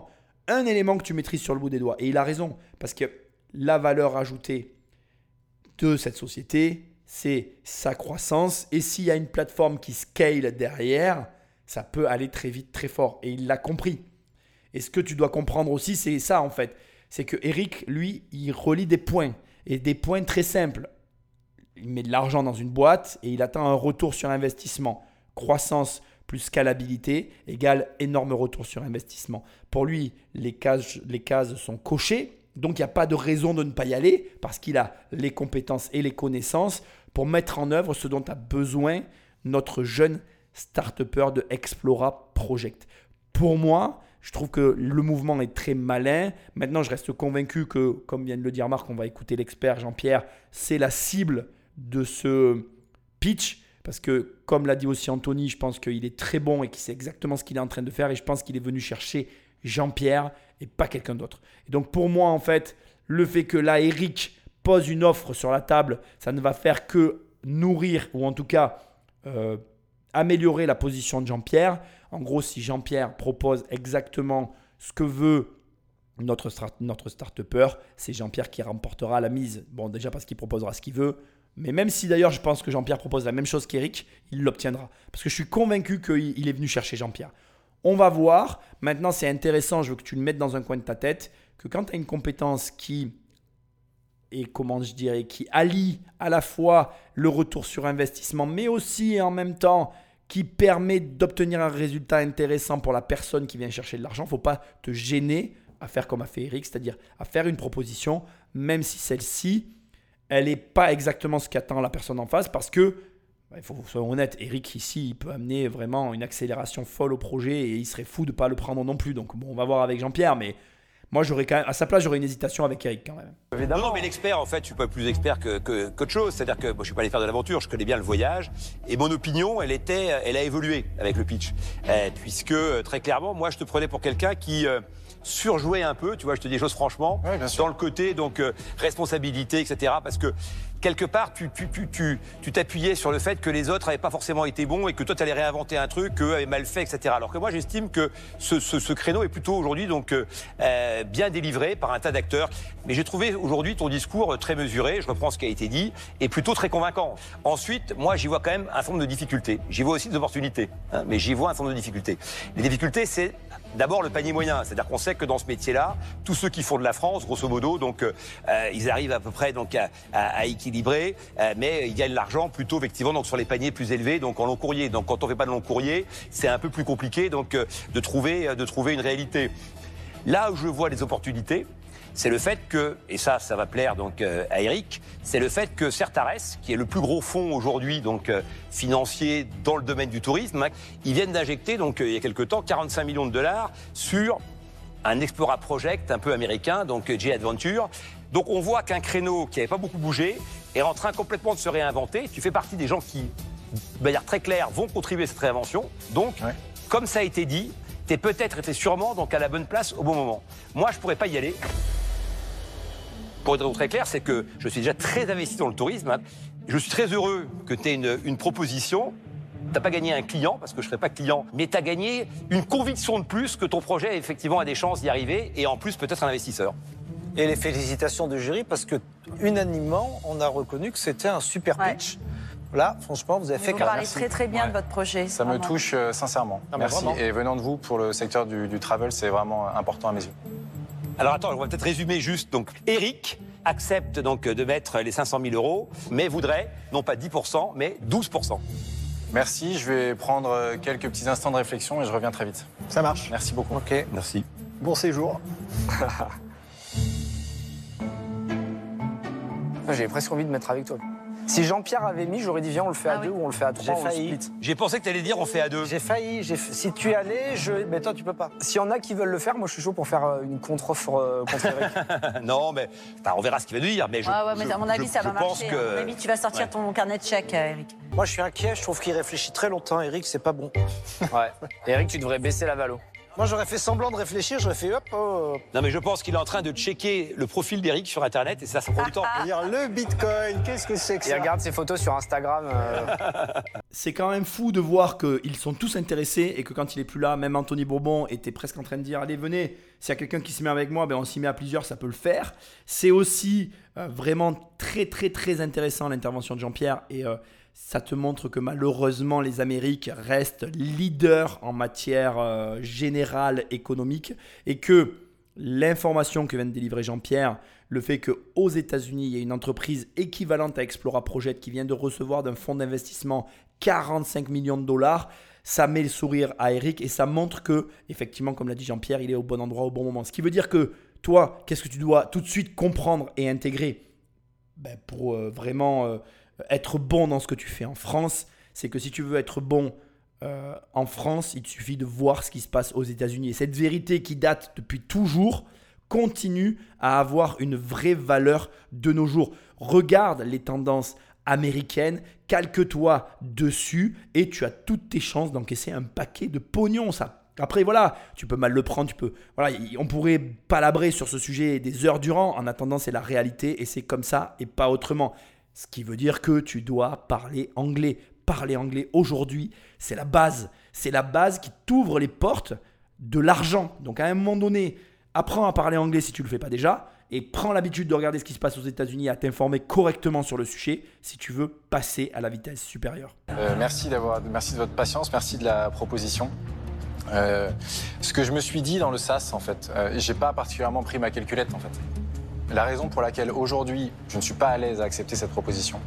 un élément que tu maîtrises sur le bout des doigts. Et il a raison, parce que la valeur ajoutée de cette société, c'est sa croissance. Et s'il y a une plateforme qui scale derrière, ça peut aller très vite, très fort. Et il l'a compris. Et ce que tu dois comprendre aussi, c'est ça en fait. C'est que Eric, lui, il relie des points. Et des points très simples. Il met de l'argent dans une boîte et il attend un retour sur investissement. Croissance plus scalabilité égale énorme retour sur investissement. Pour lui, les cases sont cochées. Donc, il n'y a pas de raison de ne pas y aller parce qu'il a les compétences et les connaissances pour mettre en œuvre ce dont a besoin notre jeune start-upper de Explora Project. Pour moi, je trouve que le mouvement est très malin. Maintenant, je reste convaincu que, comme vient de le dire Marc, on va écouter l'expert Jean-Pierre, c'est la cible de ce pitch. Parce que, comme l'a dit aussi Anthony, je pense qu'il est très bon et qu'il sait exactement ce qu'il est en train de faire. Et je pense qu'il est venu chercher Jean-Pierre et pas quelqu'un d'autre. Et donc, pour moi, en fait, le fait que là, Eric pose une offre sur la table, ça ne va faire que nourrir ou en tout cas améliorer la position de Jean-Pierre. En gros, si Jean-Pierre propose exactement ce que veut notre start-upper, c'est Jean-Pierre qui remportera la mise. Bon, déjà parce qu'il proposera ce qu'il veut. Mais même si d'ailleurs je pense que Jean-Pierre propose la même chose qu'Eric, il l'obtiendra. Parce que je suis convaincu qu'il est venu chercher Jean-Pierre. On va voir. Maintenant, c'est intéressant, je veux que tu le mettes dans un coin de ta tête, que quand tu as une compétence qui allie à la fois le retour sur investissement, mais aussi et en même temps qui permet d'obtenir un résultat intéressant pour la personne qui vient chercher de l'argent, il ne faut pas te gêner à faire comme a fait Eric, c'est-à-dire à faire une proposition, même si celle-ci, elle n'est pas exactement ce qu'attend la personne en face, parce que, il faut que soyons honnêtes, Eric ici, il peut amener vraiment une accélération folle au projet et il serait fou de ne pas le prendre non plus. Donc bon, on va voir avec Jean-Pierre, mais moi, j'aurais quand même, à sa place, j'aurais une hésitation avec Eric quand même. Évidemment. Non, mais l'expert, en fait, je suis pas plus expert qu'autre chose. C'est-à-dire que moi, je suis pas allé faire de l'aventure, je connais bien le voyage. Et mon opinion, elle a évolué avec le pitch. Puisque, très clairement, moi, je te prenais pour quelqu'un qui surjouait un peu, tu vois, je te dis les choses franchement, dans le côté, donc, responsabilité, etc. Parce que, quelque part, tu t'appuyais sur le fait que les autres n'avaient pas forcément été bons et que toi, tu allais réinventer un truc, qu'eux avaient mal fait, etc. Alors que moi, j'estime que ce créneau est plutôt aujourd'hui donc bien délivré par un tas d'acteurs. Mais j'ai trouvé aujourd'hui ton discours très mesuré, je reprends ce qui a été dit, et plutôt très convaincant. Ensuite, moi, j'y vois quand même un certain nombre de difficultés. J'y vois aussi des opportunités, hein, mais j'y vois un certain nombre de difficultés. Les difficultés, c'est d'abord le panier moyen. C'est-à-dire qu'on sait que dans ce métier-là, tous ceux qui font de la France, grosso modo, donc ils arrivent à peu près donc à équilibrer, mais ils gagnent l'argent plutôt effectivement donc sur les paniers plus élevés, donc en long courrier. Donc quand on fait pas de long courrier, c'est un peu plus compliqué donc de trouver une réalité. Là où je vois les opportunités, c'est le fait que, et ça va plaire donc à Eric, c'est le fait que Certares, qui est le plus gros fonds aujourd'hui donc financier dans le domaine du tourisme, hein, ils viennent d'injecter donc il y a quelque temps 45 millions de dollars sur un Explora Project un peu américain, donc J-Adventure. Donc on voit qu'un créneau qui n'avait pas beaucoup bougé est en train complètement de se réinventer. Tu fais partie des gens qui, de manière très claire, vont contribuer à cette réinvention. Donc, comme ça a été dit, t'es sûrement donc à la bonne place au bon moment. Moi, je pourrais pas y aller. Pour être très clair, c'est que je suis déjà très investi dans le tourisme. Hein. Je suis très heureux que tu aies une proposition. T'as pas gagné un client, parce que je serais pas client, mais tu as gagné une conviction de plus que ton projet, effectivement, a des chances d'y arriver, et en plus, peut-être un investisseur. Et les félicitations du jury, parce que unanimement, on a reconnu que c'était un super pitch. Là, franchement, vous avez fait Vous parlez très très bien de votre projet. Ça me touche sincèrement. Merci. Vraiment. Et venant de vous, pour le secteur du travel, c'est vraiment important à mes yeux. Alors attends, on va peut-être résumer juste. Donc, Eric accepte donc de mettre les 500 000 euros, mais voudrait, non pas 10%, mais 12%. Merci, je vais prendre quelques petits instants de réflexion et je reviens très vite. Ça marche. Merci beaucoup. Ok. Merci. Bon séjour. J'ai presque envie de mettre avec toi. Si Jean-Pierre avait mis, j'aurais dit viens, on le fait à deux ou on le fait à trois. J'ai failli. J'ai pensé que tu allais dire on fait à deux. J'ai failli. Si tu y allais, mais toi, tu peux pas. S'il y en a qui veulent le faire, moi je suis chaud pour faire une contre-offre contre Eric. Non, mais on verra ce qu'il va nous dire. Mais mais à mon avis, ça va marcher. À mon avis, tu vas sortir ton carnet de chèques, Eric. Moi, je suis inquiet. Je trouve qu'il réfléchit très longtemps. Eric, c'est pas bon. Ouais. Eric, tu devrais baisser la valo. Moi, j'aurais fait semblant de réfléchir, j'aurais fait hop, hop. Non, mais je pense qu'il est en train de checker le profil d'Eric sur Internet et ça prend du temps. C'est-à-dire le Bitcoin, qu'est-ce que c'est que Il ça? regarde ses photos sur Instagram. C'est quand même fou de voir qu'ils sont tous intéressés et que quand il est plus là, même Anthony Bourbon était presque en train de dire allez venez, s'il y a quelqu'un qui s'y met avec moi, ben on s'y met à plusieurs, ça peut le faire. C'est aussi vraiment très très très intéressant l'intervention de Jean-Pierre et ça te montre que malheureusement les Amériques restent leaders en matière générale économique et que l'information que vient de délivrer Jean-Pierre, le fait qu'aux États-Unis, il y a une entreprise équivalente à Explora Project qui vient de recevoir d'un fonds d'investissement 45 millions de dollars, ça met le sourire à Eric et ça montre que, effectivement, comme l'a dit Jean-Pierre, il est au bon endroit au bon moment. Ce qui veut dire que toi, qu'est-ce que tu dois tout de suite comprendre et intégrer pour vraiment être bon dans ce que tu fais en France, c'est que si tu veux être bon en France, il te suffit de voir ce qui se passe aux États-Unis. Et cette vérité qui date depuis toujours continue à avoir une vraie valeur de nos jours. Regarde les tendances américaines, calque-toi dessus et tu as toutes tes chances d'encaisser un paquet de pognon. Ça. Après, voilà, tu peux mal le prendre, on pourrait palabrer sur ce sujet des heures durant. En attendant, c'est la réalité et c'est comme ça et pas autrement. Ce qui veut dire que tu dois parler anglais. Parler anglais aujourd'hui, c'est la base. C'est la base qui t'ouvre les portes de l'argent. Donc à un moment donné, apprends à parler anglais si tu ne le fais pas déjà et prends l'habitude de regarder ce qui se passe aux États-Unis, à t'informer correctement sur le sujet si tu veux passer à la vitesse supérieure. Merci de votre patience, merci de la proposition. Ce que je me suis dit dans le SAS, en fait, j'ai pas particulièrement pris ma calculette, en fait. La raison pour laquelle aujourd'hui, je ne suis pas à l'aise à accepter cette proposition.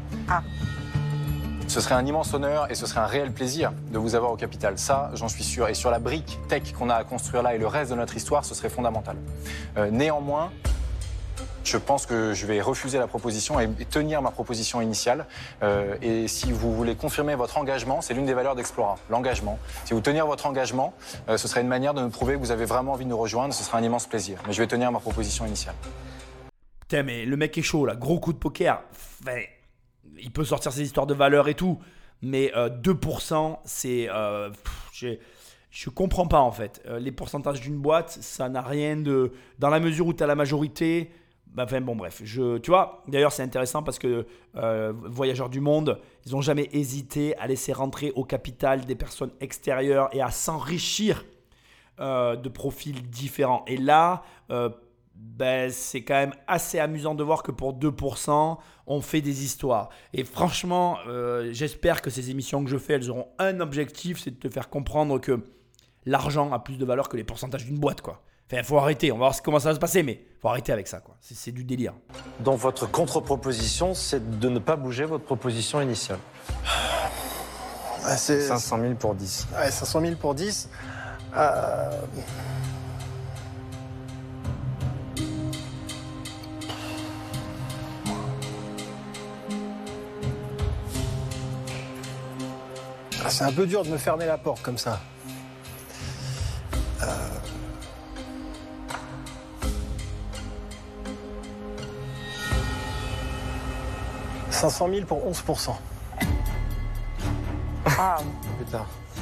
Ce serait un immense honneur et ce serait un réel plaisir de vous avoir au capital. Ça, j'en suis sûr. Et sur la brique tech qu'on a à construire là et le reste de notre histoire, ce serait fondamental. Néanmoins, je pense que je vais refuser la proposition et tenir ma proposition initiale. Et si vous voulez confirmer votre engagement, c'est l'une des valeurs d'Explora, l'engagement. Si vous tenir votre engagement, ce serait une manière de nous prouver que vous avez vraiment envie de nous rejoindre. Ce sera un immense plaisir. Mais je vais tenir ma proposition initiale. Putain, mais le mec est chaud là, gros coup de poker. Enfin, il peut sortir ses histoires de valeur et tout, mais 2%, c'est... je comprends pas en fait. Les pourcentages d'une boîte, ça n'a rien de... Dans la mesure où tu as la majorité... Enfin bon bref, tu vois, d'ailleurs c'est intéressant parce que Voyageurs du Monde, ils n'ont jamais hésité à laisser rentrer au capital des personnes extérieures et à s'enrichir de profils différents. Et là... c'est quand même assez amusant de voir que pour 2%, on fait des histoires. Et franchement, j'espère que ces émissions que je fais, elles auront un objectif, c'est de te faire comprendre que l'argent a plus de valeur que les pourcentages d'une boîte, quoi. Enfin, il faut arrêter, on va voir comment ça va se passer, mais il faut arrêter avec ça, quoi. C'est du délire. Donc votre contre-proposition, c'est de ne pas bouger votre proposition initiale. 500 000 pour 10. Ouais, 500 000 pour 10. C'est un peu dur de me fermer la porte comme ça. 500 000 pour 11%. Ah, Putain.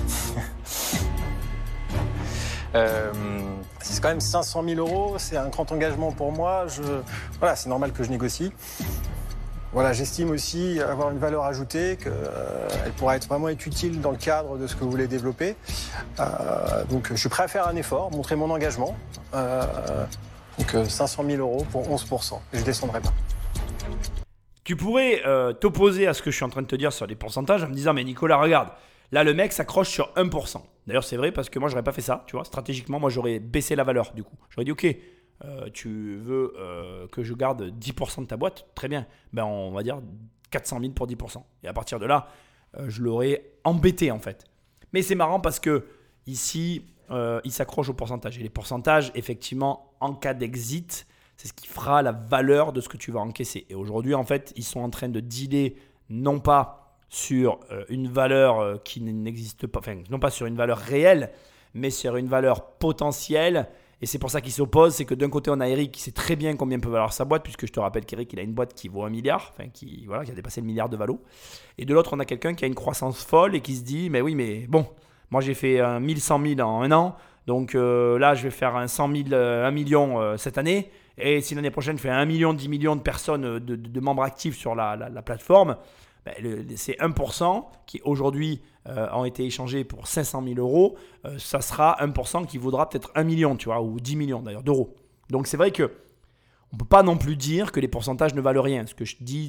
C'est quand même 500 000 euros, c'est un grand engagement pour moi. Voilà, c'est normal que je négocie. Voilà, j'estime aussi avoir une valeur ajoutée, qu'elle pourra vraiment être utile dans le cadre de ce que vous voulez développer. Donc je suis prêt à faire un effort, montrer mon engagement. Donc 500 000 euros pour 11%. Je ne descendrai pas. Tu pourrais t'opposer à ce que je suis en train de te dire sur les pourcentages en me disant mais Nicolas, regarde, là le mec s'accroche sur 1%. D'ailleurs c'est vrai parce que moi j'aurais pas fait ça, tu vois, stratégiquement moi j'aurais baissé la valeur du coup. J'aurais dit ok, tu veux que je garde 10% de ta boîte, très bien, ben on va dire 400 000 pour 10%. Et à partir de là, je l'aurais embêté en fait. Mais c'est marrant parce que ici, il s'accroche au pourcentage. Et les pourcentages, effectivement, en cas d'exit, c'est ce qui fera la valeur de ce que tu vas encaisser. Et aujourd'hui, en fait, ils sont en train de dealer non pas sur une valeur qui n'existe pas, enfin, non pas sur une valeur réelle, mais sur une valeur potentielle. Et c'est pour ça qu'ils s'opposent. C'est que d'un côté, on a Eric qui sait très bien combien peut valoir sa boîte, puisque je te rappelle qu'Eric, il a une boîte qui vaut 1 milliard, enfin, qui a dépassé le milliard de valo. Et de l'autre, on a quelqu'un qui a une croissance folle et qui se dit, mais oui, mais bon, moi j'ai fait 1100 000 en un an, Donc là, je vais faire un 1 million cette année. Et si l'année prochaine, je fais 1 million, 10 millions de personnes, de membres actifs sur la plateforme, ces 1% qui aujourd'hui ont été échangés pour 500 000 euros, ça sera 1% qui vaudra peut-être 1 million, tu vois, ou 10 millions d'ailleurs d'euros. Donc c'est vrai qu'on ne peut pas non plus dire que les pourcentages ne valent rien. Ce que je dis,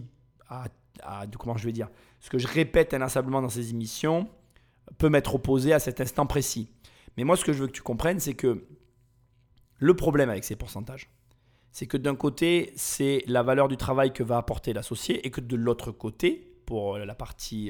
ce que je répète inlassablement dans ces émissions peut m'être opposé à cet instant précis. Mais moi, ce que je veux que tu comprennes, c'est que le problème avec ces pourcentages, c'est que d'un côté, c'est la valeur du travail que va apporter l'associé et que de l'autre côté, pour la partie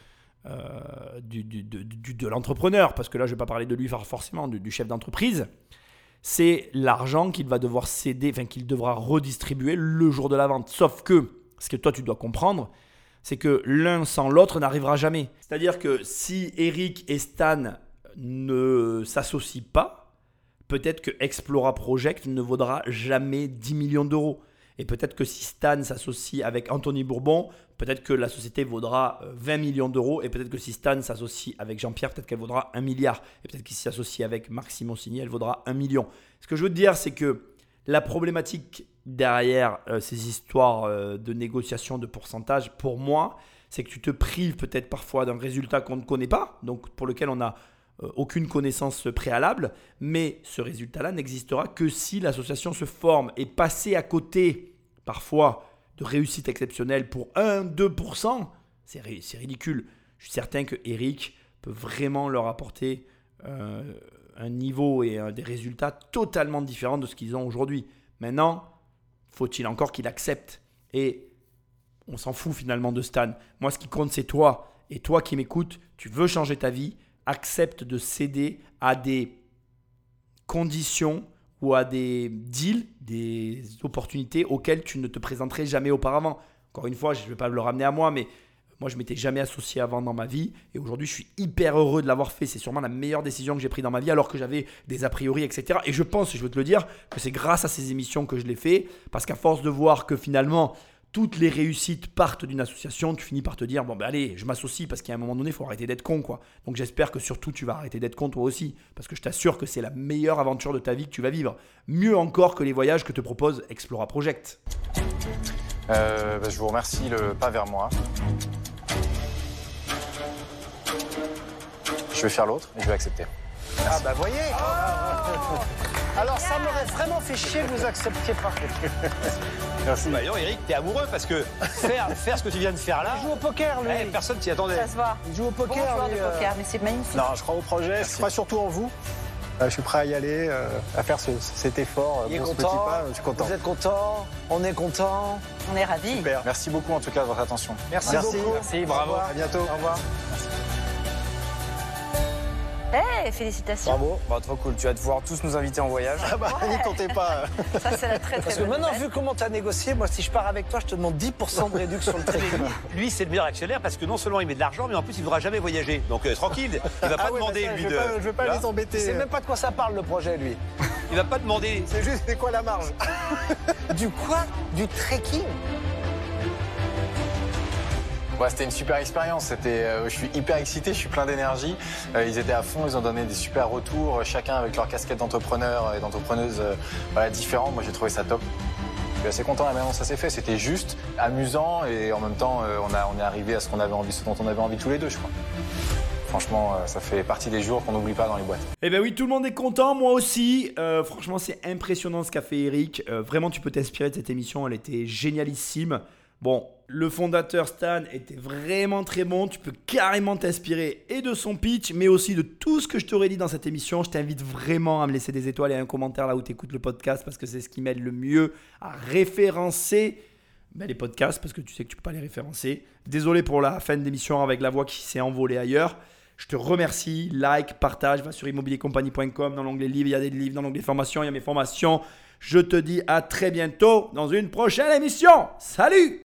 de l'entrepreneur, parce que là, je ne vais pas parler de lui forcément, du chef d'entreprise, c'est l'argent qu'il va devoir céder, qu'il devra redistribuer le jour de la vente. Sauf que, ce que toi, tu dois comprendre, c'est que l'un sans l'autre n'arrivera jamais. C'est-à-dire que si Eric et Stan ne s'associent pas, peut-être que Explora Project ne vaudra jamais 10 millions d'euros. Et peut-être que si Stan s'associe avec Anthony Bourbon, peut-être que la société vaudra 20 millions d'euros. Et peut-être que si Stan s'associe avec Jean-Pierre, peut-être qu'elle vaudra 1 milliard. Et peut-être qu'il s'associe avec Marc Simoncini, elle vaudra 1 million. Ce que je veux te dire, c'est que la problématique derrière ces histoires de négociation de pourcentage, pour moi, c'est que tu te prives peut-être parfois d'un résultat qu'on ne connaît pas, donc pour lequel on n'a aucune connaissance préalable, mais ce résultat-là n'existera que si l'association se forme. Et passer à côté, parfois, de réussite exceptionnelle pour 1-2%, c'est ridicule. Je suis certain que Eric peut vraiment leur apporter un niveau et des résultats totalement différents de ce qu'ils ont aujourd'hui. Maintenant, faut-il encore qu'il accepte. Et on s'en fout finalement de Stan. Moi, ce qui compte, c'est toi. Et toi qui m'écoutes, tu veux changer ta vie, accepte de céder à des conditions ou à des deals, des opportunités auxquelles tu ne te présenterais jamais auparavant. Encore une fois, je ne vais pas le ramener à moi, mais moi, je ne m'étais jamais associé avant dans ma vie. Et aujourd'hui, je suis hyper heureux de l'avoir fait. C'est sûrement la meilleure décision que j'ai prise dans ma vie, alors que j'avais des a priori, etc. Et je pense, et je veux te le dire, que c'est grâce à ces émissions que je l'ai fait. Parce qu'à force de voir que finalement, toutes les réussites partent d'une association, tu finis par te dire, bon ben allez, je m'associe parce qu'à un moment donné, il faut arrêter d'être con, quoi. Donc j'espère que surtout, tu vas arrêter d'être con toi aussi. Parce que je t'assure que c'est la meilleure aventure de ta vie que tu vas vivre. Mieux encore que les voyages que te propose Explora Project. Je vous remercie, le pas vers moi. Je vais faire l'autre et je vais accepter. Ah bah voyez. Alors ça m'aurait vraiment fait chier que vous acceptiez pas. Merci. Bah non, Eric, t'es amoureux parce que faire ce que tu viens de faire là, Il joue au poker, lui. personne s'y attendait. Ça se voit. Il joue au Bon poker. joueur lui, de poker, mais c'est magnifique. Non, je crois au projet, je crois surtout en vous. Je suis prêt à y aller, à faire cet effort. Il est pour ce content, petit pas, je suis content. Vous êtes content, on est content. On est ravis. Super. Merci beaucoup en tout cas de votre attention. Merci beaucoup. Merci, bravo. À bientôt. Au revoir. Félicitations. Bravo, bah, trop cool. Tu vas pouvoir tous nous inviter en voyage. Ah bah, n'y comptez pas. Ça, c'est la très, très Parce que bonne maintenant, nouvelle. vu comment tu as négocié, moi, si je pars avec toi, je te demande 10% de réduction sur le trait. Lui, c'est le meilleur actionnaire parce que non seulement il met de l'argent, mais en plus, il ne voudra jamais voyager. Donc tranquille, il va pas demander, lui, je vais pas les Il embêter. sait même pas de quoi ça parle, le projet, lui. Il va pas demander. C'est juste, c'est quoi la marge? Du quoi? Du trekking? Ouais, c'était une super expérience. Je suis hyper excité, je suis plein d'énergie. Ils étaient à fond, ils ont donné des super retours, chacun avec leur casquette d'entrepreneur et d'entrepreneuse différents. Moi, j'ai trouvé ça top. Je suis assez content de la manière dont ça s'est fait. C'était juste, amusant et en même temps, on est arrivé à ce dont on avait envie tous les deux, je crois. Franchement, ça fait partie des jours qu'on n'oublie pas dans les boîtes. Eh bien oui, tout le monde est content, moi aussi. Franchement, c'est impressionnant ce qu'a fait Eric. Vraiment, tu peux t'inspirer de cette émission, elle était génialissime. Bon, le fondateur Stan était vraiment très bon. Tu peux carrément t'inspirer et de son pitch, mais aussi de tout ce que je t'aurais dit dans cette émission. Je t'invite vraiment à me laisser des étoiles et un commentaire là où tu écoutes le podcast parce que c'est ce qui m'aide le mieux à référencer les podcasts parce que tu sais que tu ne peux pas les référencer. Désolé pour la fin de l'émission avec la voix qui s'est envolée ailleurs. Je te remercie. Like, partage, va sur immobiliercompagnie.com. Dans l'onglet livres, il y a des livres. Dans l'onglet formations, il y a mes formations. Je te dis à très bientôt dans une prochaine émission. Salut!